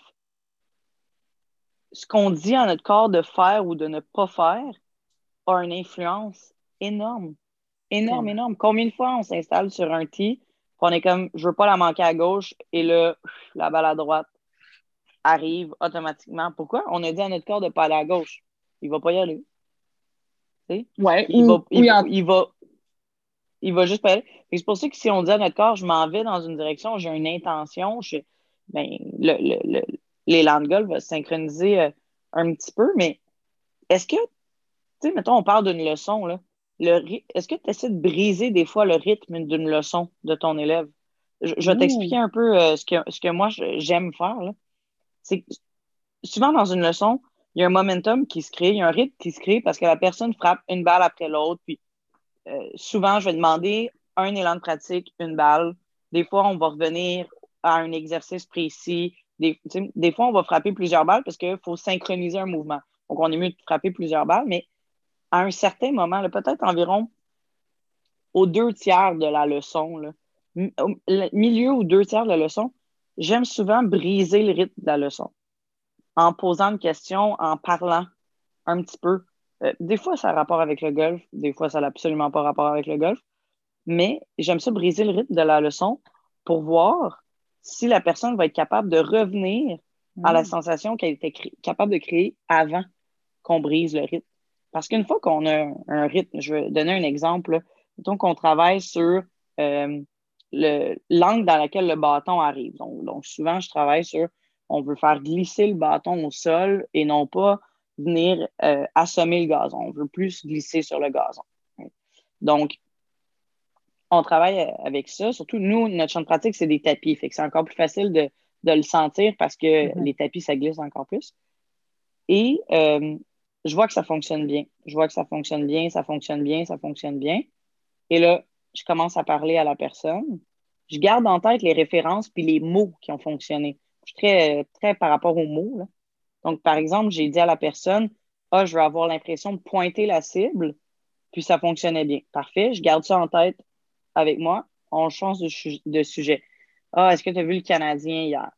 ce qu'on dit à notre corps de faire ou de ne pas faire a une influence énorme. Énorme, Tellement. énorme. Combien de fois on s'installe sur un tee, puis on est comme, je veux pas la manquer à gauche, et là, la balle à droite arrive automatiquement. Pourquoi? On a dit à notre corps de pas aller à gauche. Il va pas y aller. Tu sais? Ouais, Il va, il, oui, va- il va, il va juste pas y aller. Et c'est pour ça que si on dit à notre corps, je m'en vais dans une direction, j'ai une intention, ben, l'élan de golf va se synchroniser un petit peu, mais est-ce que, tu sais, mettons, on parle d'une leçon, là. Est-ce que tu essaies de briser des fois le rythme d'une leçon de ton élève? Je vais ouh, t'expliquer un peu ce que moi j'aime faire, là. C'est que souvent dans une leçon, il y a un momentum qui se crée, il y a un rythme qui se crée parce que la personne frappe une balle après l'autre. Puis souvent, je vais demander un élan de pratique, une balle. Des fois, on va revenir à un exercice précis. Des fois, on va frapper plusieurs balles parce qu'il faut synchroniser un mouvement. Donc, on est mieux de frapper plusieurs balles, mais à un certain moment, peut-être environ aux 2 tiers de la leçon, là, au milieu ou 2 tiers de la leçon, j'aime souvent briser le rythme de la leçon en posant une question, en parlant un petit peu. Des fois, ça a rapport avec le golf, des fois, ça n'a absolument pas rapport avec le golf, mais j'aime ça briser le rythme de la leçon pour voir si la personne va être capable de revenir à la mm, sensation qu'elle était capable de créer avant qu'on brise le rythme. Parce qu'une fois qu'on a un rythme, je vais donner un exemple, là. Mettons qu'on travaille sur euh, l'angle dans lequel le bâton arrive. Donc, souvent, je travaille sur, on veut faire glisser le bâton au sol et non pas venir assommer le gazon. On veut plus glisser sur le gazon. Donc, on travaille avec ça. Surtout, nous, notre champ de pratique, c'est des tapis. Fait que c'est encore plus facile de le sentir parce que mhm. les tapis, ça glisse encore plus. Et je vois que ça fonctionne bien. Je vois que ça fonctionne bien, ça fonctionne bien, ça fonctionne bien. Et là, je commence à parler à la personne. Je garde en tête les références puis les mots qui ont fonctionné. Je suis très, très par rapport aux mots, là. Donc, par exemple, j'ai dit à la personne, ah, je veux avoir l'impression de pointer la cible, puis ça fonctionnait bien. Parfait, je garde ça en tête avec moi. On change de sujet. Ah, est-ce que tu as vu le Canadien hier?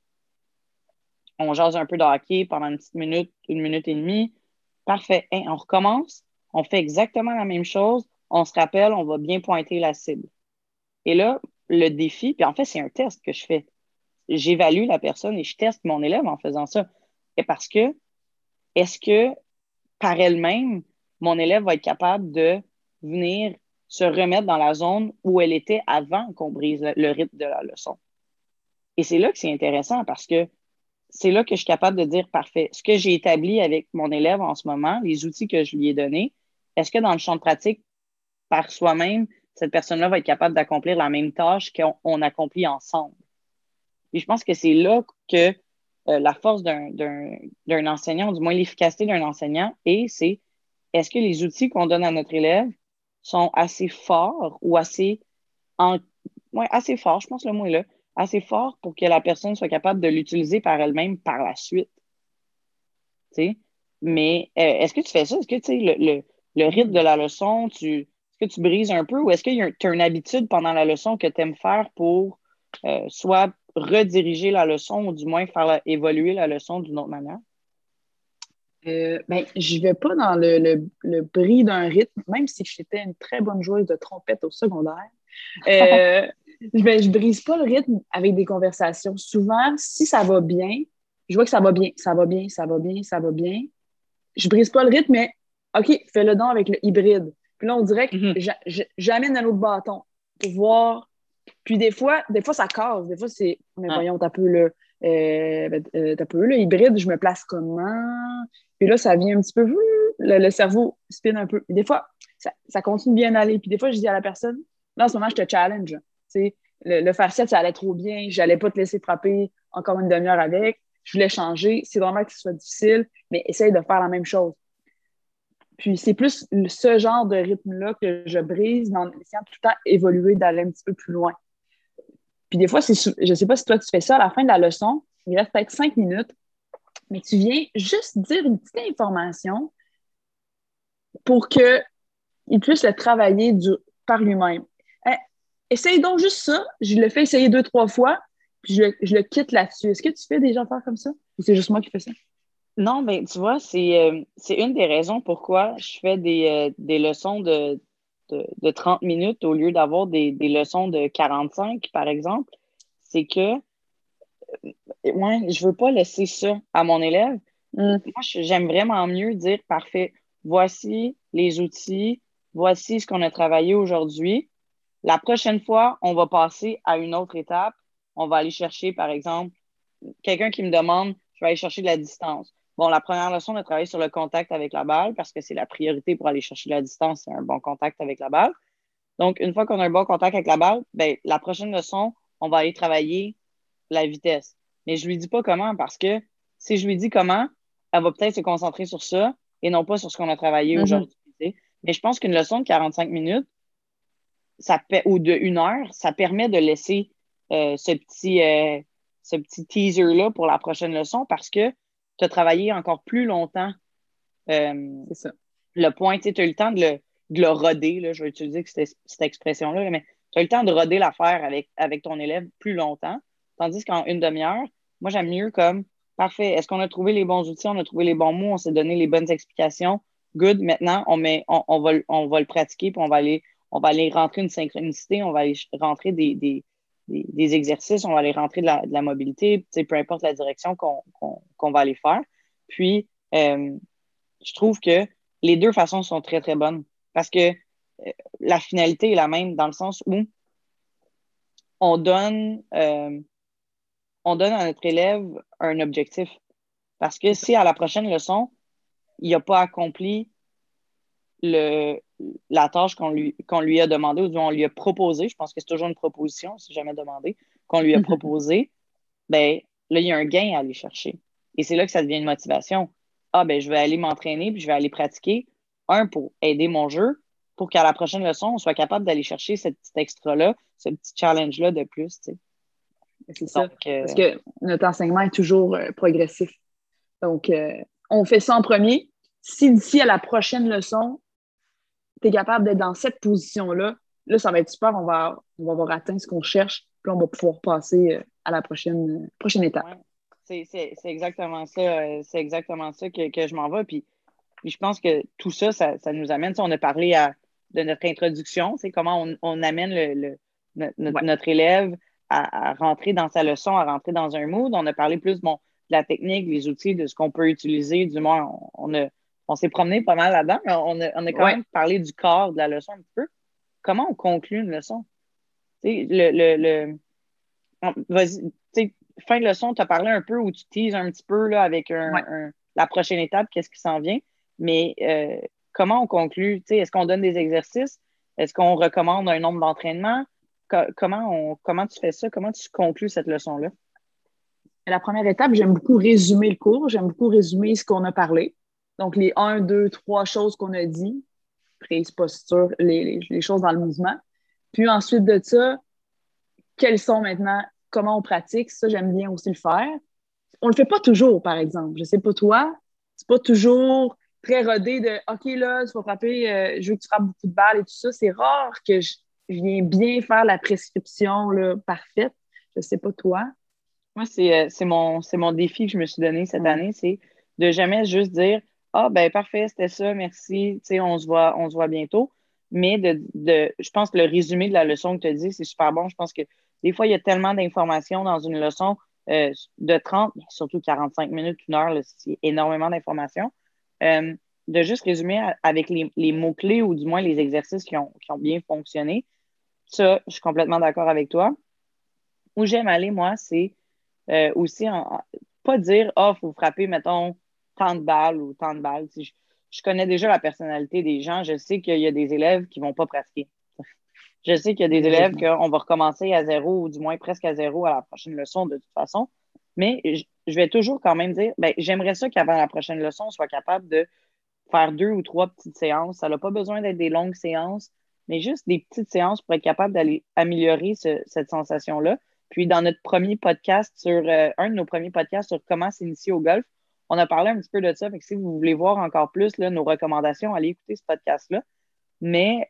On jase un peu de hockey pendant une petite minute, 1 minute et demie. Parfait. Hey, on recommence. On fait exactement la même chose. On se rappelle, on va bien pointer la cible. Et là, le défi, puis en fait, c'est un test que je fais. J'évalue la personne et je teste mon élève en faisant ça. Et parce que, est-ce que par elle-même, mon élève va être capable de venir se remettre dans la zone où elle était avant qu'on brise le rythme de la leçon? Et c'est là que c'est intéressant parce que c'est là que je suis capable de dire, parfait, ce que j'ai établi avec mon élève en ce moment, les outils que je lui ai donnés, est-ce que dans le champ de pratique, par soi-même, cette personne-là va être capable d'accomplir la même tâche qu'on accomplit ensemble? Et je pense que c'est là que la force d'un enseignant, ou du moins l'efficacité d'un enseignant, et c'est est-ce que les outils qu'on donne à notre élève sont assez forts ou en, assez forts, je pense que le mot est là, assez forts pour que la personne soit capable de l'utiliser par elle-même par la suite. Tu sais. Mais est-ce que tu fais ça? Est-ce que tu sais, le rythme de Mm. la leçon, est-ce que tu brises un peu ou est-ce qu'il y a tu as une habitude pendant la leçon que tu aimes faire pour soit rediriger la leçon ou du moins faire évoluer la leçon d'une autre manière? Ben, je vais pas dans le bris d'un rythme, même si j'étais une très bonne joueuse de trompette au secondaire. Euh, je brise pas le rythme avec des conversations. Souvent, si ça va bien, je vois que ça va bien, ça va bien, ça va bien, ça va bien. Je brise pas le rythme, mais OK, fais-le donc avec le hybride. Puis là, on dirait que Mhm. j'amène un autre bâton pour voir. Puis des fois, ça casse. Des fois, c'est, mais Ouais. voyons, t'as peu t'as peu le hybride, je me place comment? Puis là, ça vient un petit peu, le cerveau spin un peu. Puis des fois, ça continue bien d'aller. Puis des fois, je dis à la personne, là, en ce moment, je te challenge. Tu sais, le farciette, ça allait trop bien. J'allais pas te laisser frapper encore une demi-heure avec. Je voulais changer. C'est normal que ce soit difficile, mais essaye de faire la même chose. Puis c'est plus ce genre de rythme-là que je brise en essayant tout le temps évoluer, d'aller un petit peu plus loin. Puis des fois, je ne sais pas si toi tu fais ça, à la fin de la leçon, il reste peut-être 5 minutes. mais tu viens juste dire une petite information pour qu'il puisse le travailler par lui-même. Essaye donc juste ça. Je le fais essayer 2, 3 fois, puis je le quitte là-dessus. Est-ce que tu fais des affaires comme ça? Ou c'est juste moi qui fais ça? Non, mais tu vois, c'est une des raisons pourquoi je fais des leçons de 30 minutes au lieu d'avoir des leçons de 45, par exemple. C'est que, ouais, je veux pas laisser ça à mon élève. Mm. Moi, j'aime vraiment mieux dire, parfait, voici les outils, voici ce qu'on a travaillé aujourd'hui. La prochaine fois, on va passer à une autre étape. On va aller chercher, par exemple, quelqu'un qui me demande, je vais aller chercher de la distance. Bon, la première leçon, on a travaillé sur le contact avec la balle parce que c'est la priorité pour aller chercher la distance, c'est un bon contact avec la balle. Donc, une fois qu'on a un bon contact avec la balle, ben, la prochaine leçon, on va aller travailler la vitesse. Mais je lui dis pas comment parce que si je lui dis comment, elle va peut-être se concentrer sur ça et non pas sur ce qu'on a travaillé Mhm. aujourd'hui. Mais je pense qu'une leçon de 45 minutes ou de 1 heure, ça permet de laisser euh, ce petit, euh, ce petit teaser-là pour la prochaine leçon parce que tu as travaillé encore plus longtemps C'est ça. le point. Tu as eu le temps de le roder. Là, je vais utiliser cette expression-là, mais tu as eu le temps de roder l'affaire avec ton élève plus longtemps. Tandis qu'en une demi-heure, moi, j'aime mieux comme parfait. Est-ce qu'on a trouvé les bons outils? On a trouvé les bons mots? On s'est donné les bonnes explications? Good. Maintenant, on va le pratiquer puis on va aller rentrer une synchronicité. On va aller rentrer des exercices. On va aller rentrer de la mobilité, peu importe la direction qu'on va aller faire. Puis, je trouve que les deux façons sont très, très bonnes parce que la finalité est la même dans le sens où on donne, euh, on donne à notre élève un objectif. Parce que C'est ça. si à la prochaine leçon, il n'a pas accompli le, la tâche qu'on lui a demandé ou du moins on lui a proposé, je pense que c'est toujours une proposition, si jamais demandé, qu'on lui a proposé, ben là, il y a un gain à aller chercher. Et c'est là que ça devient une motivation. Ah, ben, je vais aller m'entraîner puis je vais aller pratiquer. Un, pour aider mon jeu, pour qu'à la prochaine leçon, on soit capable d'aller chercher cette petite extra-là, ce petit challenge-là de plus, tu sais. C'est ça. Donc, Parce que notre enseignement est toujours progressif. Donc, on fait ça en premier. Si d'ici à la prochaine leçon, tu es capable d'être dans cette position-là, là, ça va être super. On va avoir atteint ce qu'on cherche. Puis on va pouvoir passer à la prochaine étape. ouais, c'est exactement ça. C'est exactement ça que je m'en vais. Puis je pense que tout ça, ça nous amène. Tu sais, on a parlé de notre introduction, c'est comment on amène Ouais. notre élève à rentrer dans sa leçon, à rentrer dans un mood. On a parlé plus bon, de la technique, des outils, de ce qu'on peut utiliser. Du moins, on s'est promené pas mal là-dedans, mais on a quand Ouais. même parlé du corps de la leçon un petit peu. Comment on conclut une leçon? Tu sais, vas-y, tu sais, fin de leçon, tu as parlé un peu ou tu teases un petit peu là, avec Ouais. la prochaine étape, qu'est-ce qui s'en vient. Mais comment on conclut? Tu sais, est-ce qu'on donne des exercices? Est-ce qu'on recommande un nombre d'entraînements? Comment tu fais ça? Comment tu conclus cette leçon-là? La première étape, j'aime beaucoup résumer le cours. J'aime beaucoup résumer ce qu'on a parlé. Donc, les 1, 2, 3 choses qu'on a dit, prise, posture, les choses dans le mouvement. Puis ensuite de ça, quels sont maintenant, comment on pratique, ça, j'aime bien aussi le faire. On le fait pas toujours, par exemple. Je sais pas toi, c'est pas toujours très rodé de OK, là, tu vas frapper, je veux que tu frappes beaucoup de balles et tout ça. C'est rare que je viens bien faire la prescription là, parfaite. Je sais pas toi. Moi, c'est mon défi que je me suis donné cette Ouais. année, c'est de jamais juste dire ah, ben parfait, c'était ça, merci, tu sais, on se voit bientôt. Mais je pense que le résumé de la leçon que tu as dit, c'est super bon. Je pense que des fois, il y a tellement d'informations dans une leçon de 30, surtout 45 minutes, 1 heure, là, c'est énormément d'informations. Euh, de juste résumer avec les mots-clés ou du moins les exercices qui ont bien fonctionné. Ça, je suis complètement d'accord avec toi. Où j'aime aller, moi, c'est aussi, pas dire, ah, il faut frapper, mettons, tant de balles ou tant de balles. Tu sais, je connais déjà la personnalité des gens. Je sais qu'il y a des élèves qui ne vont pas pratiquer. Je sais qu'il y a des élèves Malheureusement. qu'on va recommencer à zéro ou du moins presque à zéro à la prochaine leçon de toute façon. Mais je vais toujours quand même dire, ben, j'aimerais ça qu'avant la prochaine leçon, on soit capable de faire 2 ou 3 petites séances. Ça n'a pas besoin d'être des longues séances, mais juste des petites séances pour être capable d'aller améliorer cette sensation-là. Puis, dans notre premier podcast un de nos premiers podcasts sur comment s'initier au golf, on a parlé un petit peu de ça. Fait que si vous voulez voir encore plus là, nos recommandations, allez écouter ce podcast-là. Mais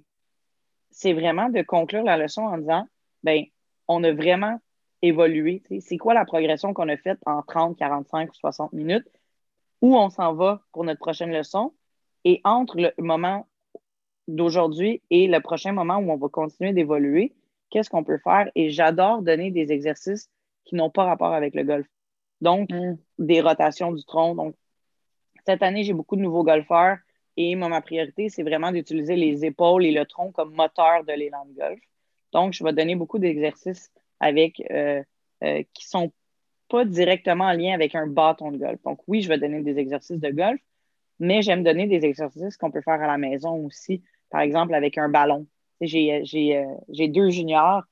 c'est vraiment de conclure la leçon en disant, ben, on a vraiment évolué. C'est quoi la progression qu'on a faite en 30, 45 ou 60 minutes? Où on s'en va pour notre prochaine leçon? Et entre le moment d'aujourd'hui et le prochain moment où on va continuer d'évoluer, qu'est-ce qu'on peut faire? Et j'adore donner des exercices qui n'ont pas rapport avec le golf. Donc, des rotations du tronc. Donc, cette année, j'ai beaucoup de nouveaux golfeurs et moi, ma priorité, c'est vraiment d'utiliser les épaules et le tronc comme moteur de l'élan de golf. Donc, je vais donner beaucoup d'exercices avec qui sont pas directement en lien avec un bâton de golf. Donc, oui, je vais donner des exercices de golf, mais j'aime donner des exercices qu'on peut faire à la maison aussi, par exemple avec un ballon. J'ai deux juniors,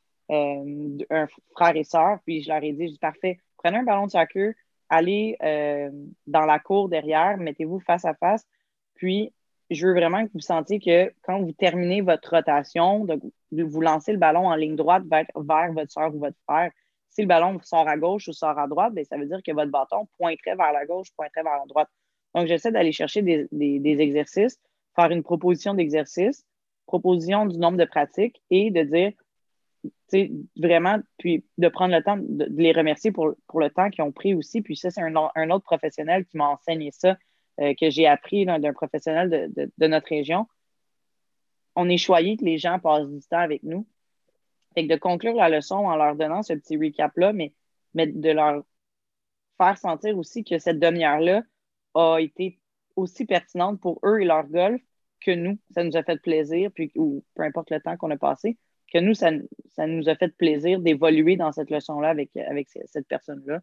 un frère et sœur, puis je leur ai dit, parfait, prenez un ballon de soccer, allez dans la cour derrière, mettez-vous face à face, puis je veux vraiment que vous sentiez que quand vous terminez votre rotation, de vous lancez le ballon en ligne droite vers votre sœur ou votre frère. Si le ballon sort à gauche ou sort à droite, bien, ça veut dire que votre bâton pointerait vers la gauche, pointerait vers la droite. Donc, j'essaie d'aller chercher des exercices, faire une proposition d'exercice, proposition du nombre de pratiques et de dire, tu sais, vraiment, puis de prendre le temps de les remercier pour le temps qu'ils ont pris aussi. Puis ça, c'est un autre professionnel qui m'a enseigné ça, que j'ai appris d'un professionnel de notre région. On est choyé que les gens passent du temps avec nous. Fait que de conclure la leçon en leur donnant ce petit recap-là, mais de leur faire sentir aussi que cette demi-heure-là a été aussi pertinente pour eux et leur golf que nous. Ça nous a fait plaisir, puis, ou peu importe le temps qu'on a passé, que nous, ça nous a fait plaisir d'évoluer dans cette leçon-là avec cette personne-là.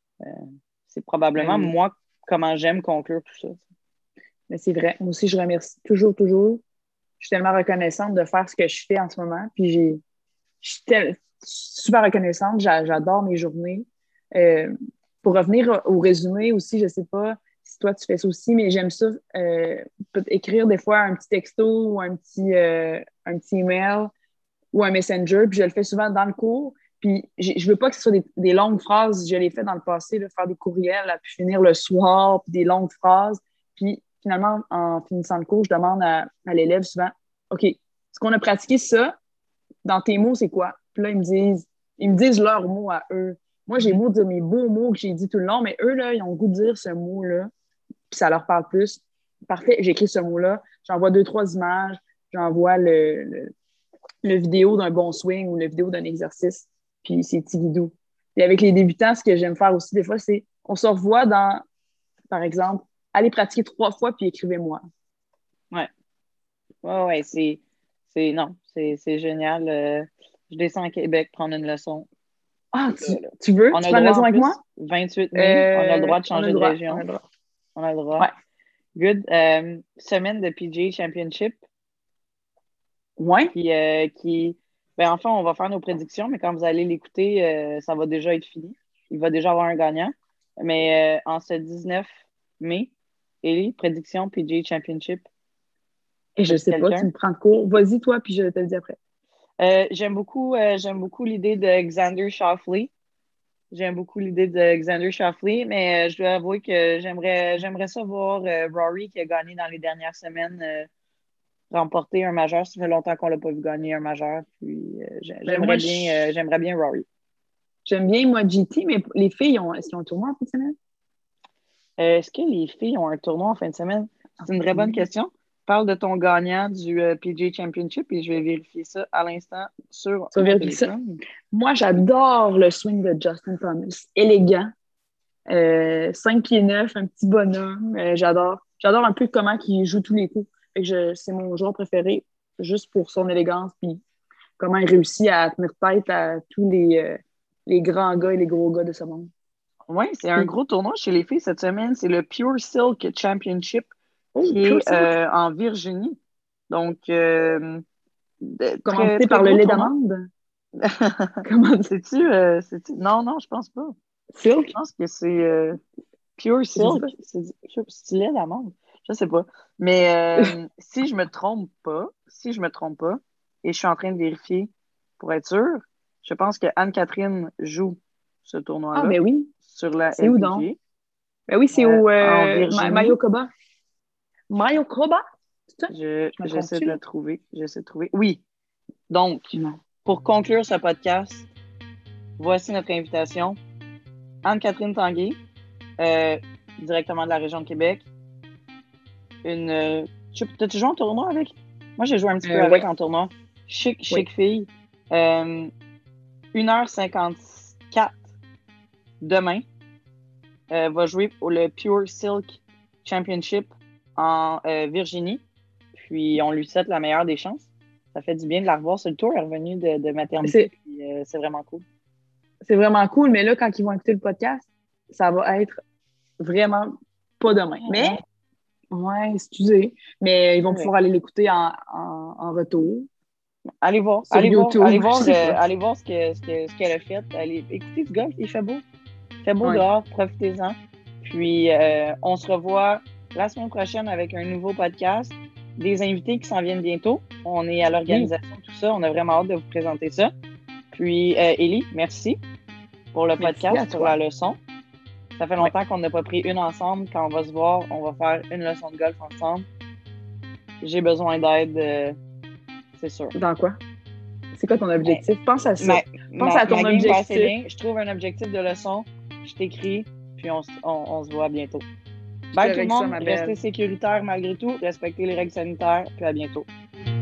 C'est probablement moi comment j'aime conclure tout ça. Mais c'est vrai. Moi aussi, je remercie toujours, toujours. Je suis tellement reconnaissante de faire ce que je fais en ce moment. Puis je suis super reconnaissante. J'adore mes journées. Pour revenir au résumé aussi, je sais pas si toi tu fais ça aussi, mais j'aime ça. Écrire des fois un petit texto ou un petit email ou un messenger, puis je le fais souvent dans le cours. Puis je veux pas que ce soit des longues phrases. Je l'ai fait dans le passé, là, faire des courriels, là, puis finir le soir, puis des longues phrases. Puis finalement, en finissant le cours, je demande à l'élève souvent, OK, est-ce qu'on a pratiqué ça? Dans tes mots, c'est quoi? Puis là, ils me disent leurs mots à eux. Moi, j'ai beau dire mes beaux mots que j'ai dit tout le long, mais eux, là, ils ont le goût de dire ce mot-là, puis ça leur parle plus. Parfait, j'écris ce mot-là, j'envoie 2, 3 images, j'envoie le vidéo d'un bon swing ou le vidéo d'un exercice, puis c'est Tigidou. Et avec les débutants, ce que j'aime faire aussi des fois, c'est on se revoit dans, par exemple, allez pratiquer 3 fois, puis écrivez-moi. Ouais. Ouais, non, c'est génial. Je descends à Québec prendre une leçon. Ah, tu veux? On Tu a prends le une droit leçon en avec plus, moi? 28 mai, on a le droit de On a changer le de droit. région. On a le droit. On a le droit. Ouais. Good. Semaine de PGA Championship. Ouais. Ben, enfin, on va faire nos prédictions, mais quand vous allez l'écouter, ça va déjà être fini. Il va déjà avoir un gagnant. Mais en ce 19 mai, Ellie, prédiction PGA Championship. Et je sais pas, tu me prends de court. Vas-y, toi, puis je te le dis après. J'aime beaucoup l'idée de Xander Schauffele. J'aime beaucoup l'idée de Xander Schauffele, mais je dois avouer que j'aimerais ça voir Rory qui a gagné dans les dernières semaines remporter un majeur. Ça fait longtemps qu'on l'a pas vu gagner un majeur. Puis j'aimerais bien Rory. J'aime bien, moi, GT, mais les filles, est-ce qu'ils ont un tournoi en fin de semaine? Est-ce que les filles ont un tournoi en fin de semaine? C'est une vraie bonne question. Parle de ton gagnant du PGA Championship et je vais vérifier ça à l'instant sur mon téléphone. Moi, j'adore le swing de Justin Thomas. Élégant. 5 pieds 9, un petit bonhomme. J'adore. J'adore un peu comment il joue tous les coups. C'est mon joueur préféré, juste pour son élégance puis comment il réussit à tenir tête à tous les grands gars et les gros gars de ce monde. Oui, c'est un gros tournoi chez les filles cette semaine. C'est le Pure Silk Championship qui Pure est Silk. en Virginie. Donc, commenté par le lait d'amande. Comment sais-tu? Non, je pense pas. Silk? Je pense que c'est Pure Silk. C'est lait d'amande. Je sais pas. Mais si je me trompe pas, et je suis en train de vérifier pour être sûre, je pense que Anne-Catherine joue ce tournoi-là Ah, ben oui. sur la C'est où donc? LPGA. Ben oui, c'est au en Virginie. Mayokoba. Mayokoba? C'est ça? J'essaie de le trouver. J'essaie de trouver. Oui. Donc, Non. pour conclure ce podcast, voici notre invitation. Anne-Catherine Tanguay, directement de la région de Québec. T'as-tu joué en tournoi avec? Moi, j'ai joué un petit peu avec en tournoi. Chic fille. 1h54 demain. Va jouer pour le Pure Silk Championship en Virginie. Puis, on lui souhaite la meilleure des chances. Ça fait du bien de la revoir sur le tour. Elle est revenue de maternité. Puis, c'est vraiment cool. C'est vraiment cool, mais là, quand ils vont écouter le podcast, ça va être vraiment pas demain. Mais, ouais, excusez, mais ils vont pouvoir aller l'écouter en retour. Allez voir, sur YouTube. Allez voir ce qu'elle a fait. Allez écouter du golf, il fait beau. Il fait beau dehors, profitez-en. Puis, on se revoit la semaine prochaine avec un nouveau podcast. Des invités qui s'en viennent bientôt. On est à l'organisation, tout ça. On a vraiment hâte de vous présenter ça. Puis, Élie, merci pour le podcast, pour la leçon. Ça fait longtemps qu'on n'a pas pris une ensemble. Quand on va se voir, on va faire une leçon de golf ensemble. J'ai besoin d'aide, c'est sûr. Dans quoi? C'est quoi ton objectif? Pense à ça. Pense à ton objectif. Bien. Je trouve un objectif de leçon. Je t'écris, puis on se voit bientôt. Bye tout le monde. Restez sécuritaires malgré tout. Respectez les règles sanitaires, puis à bientôt.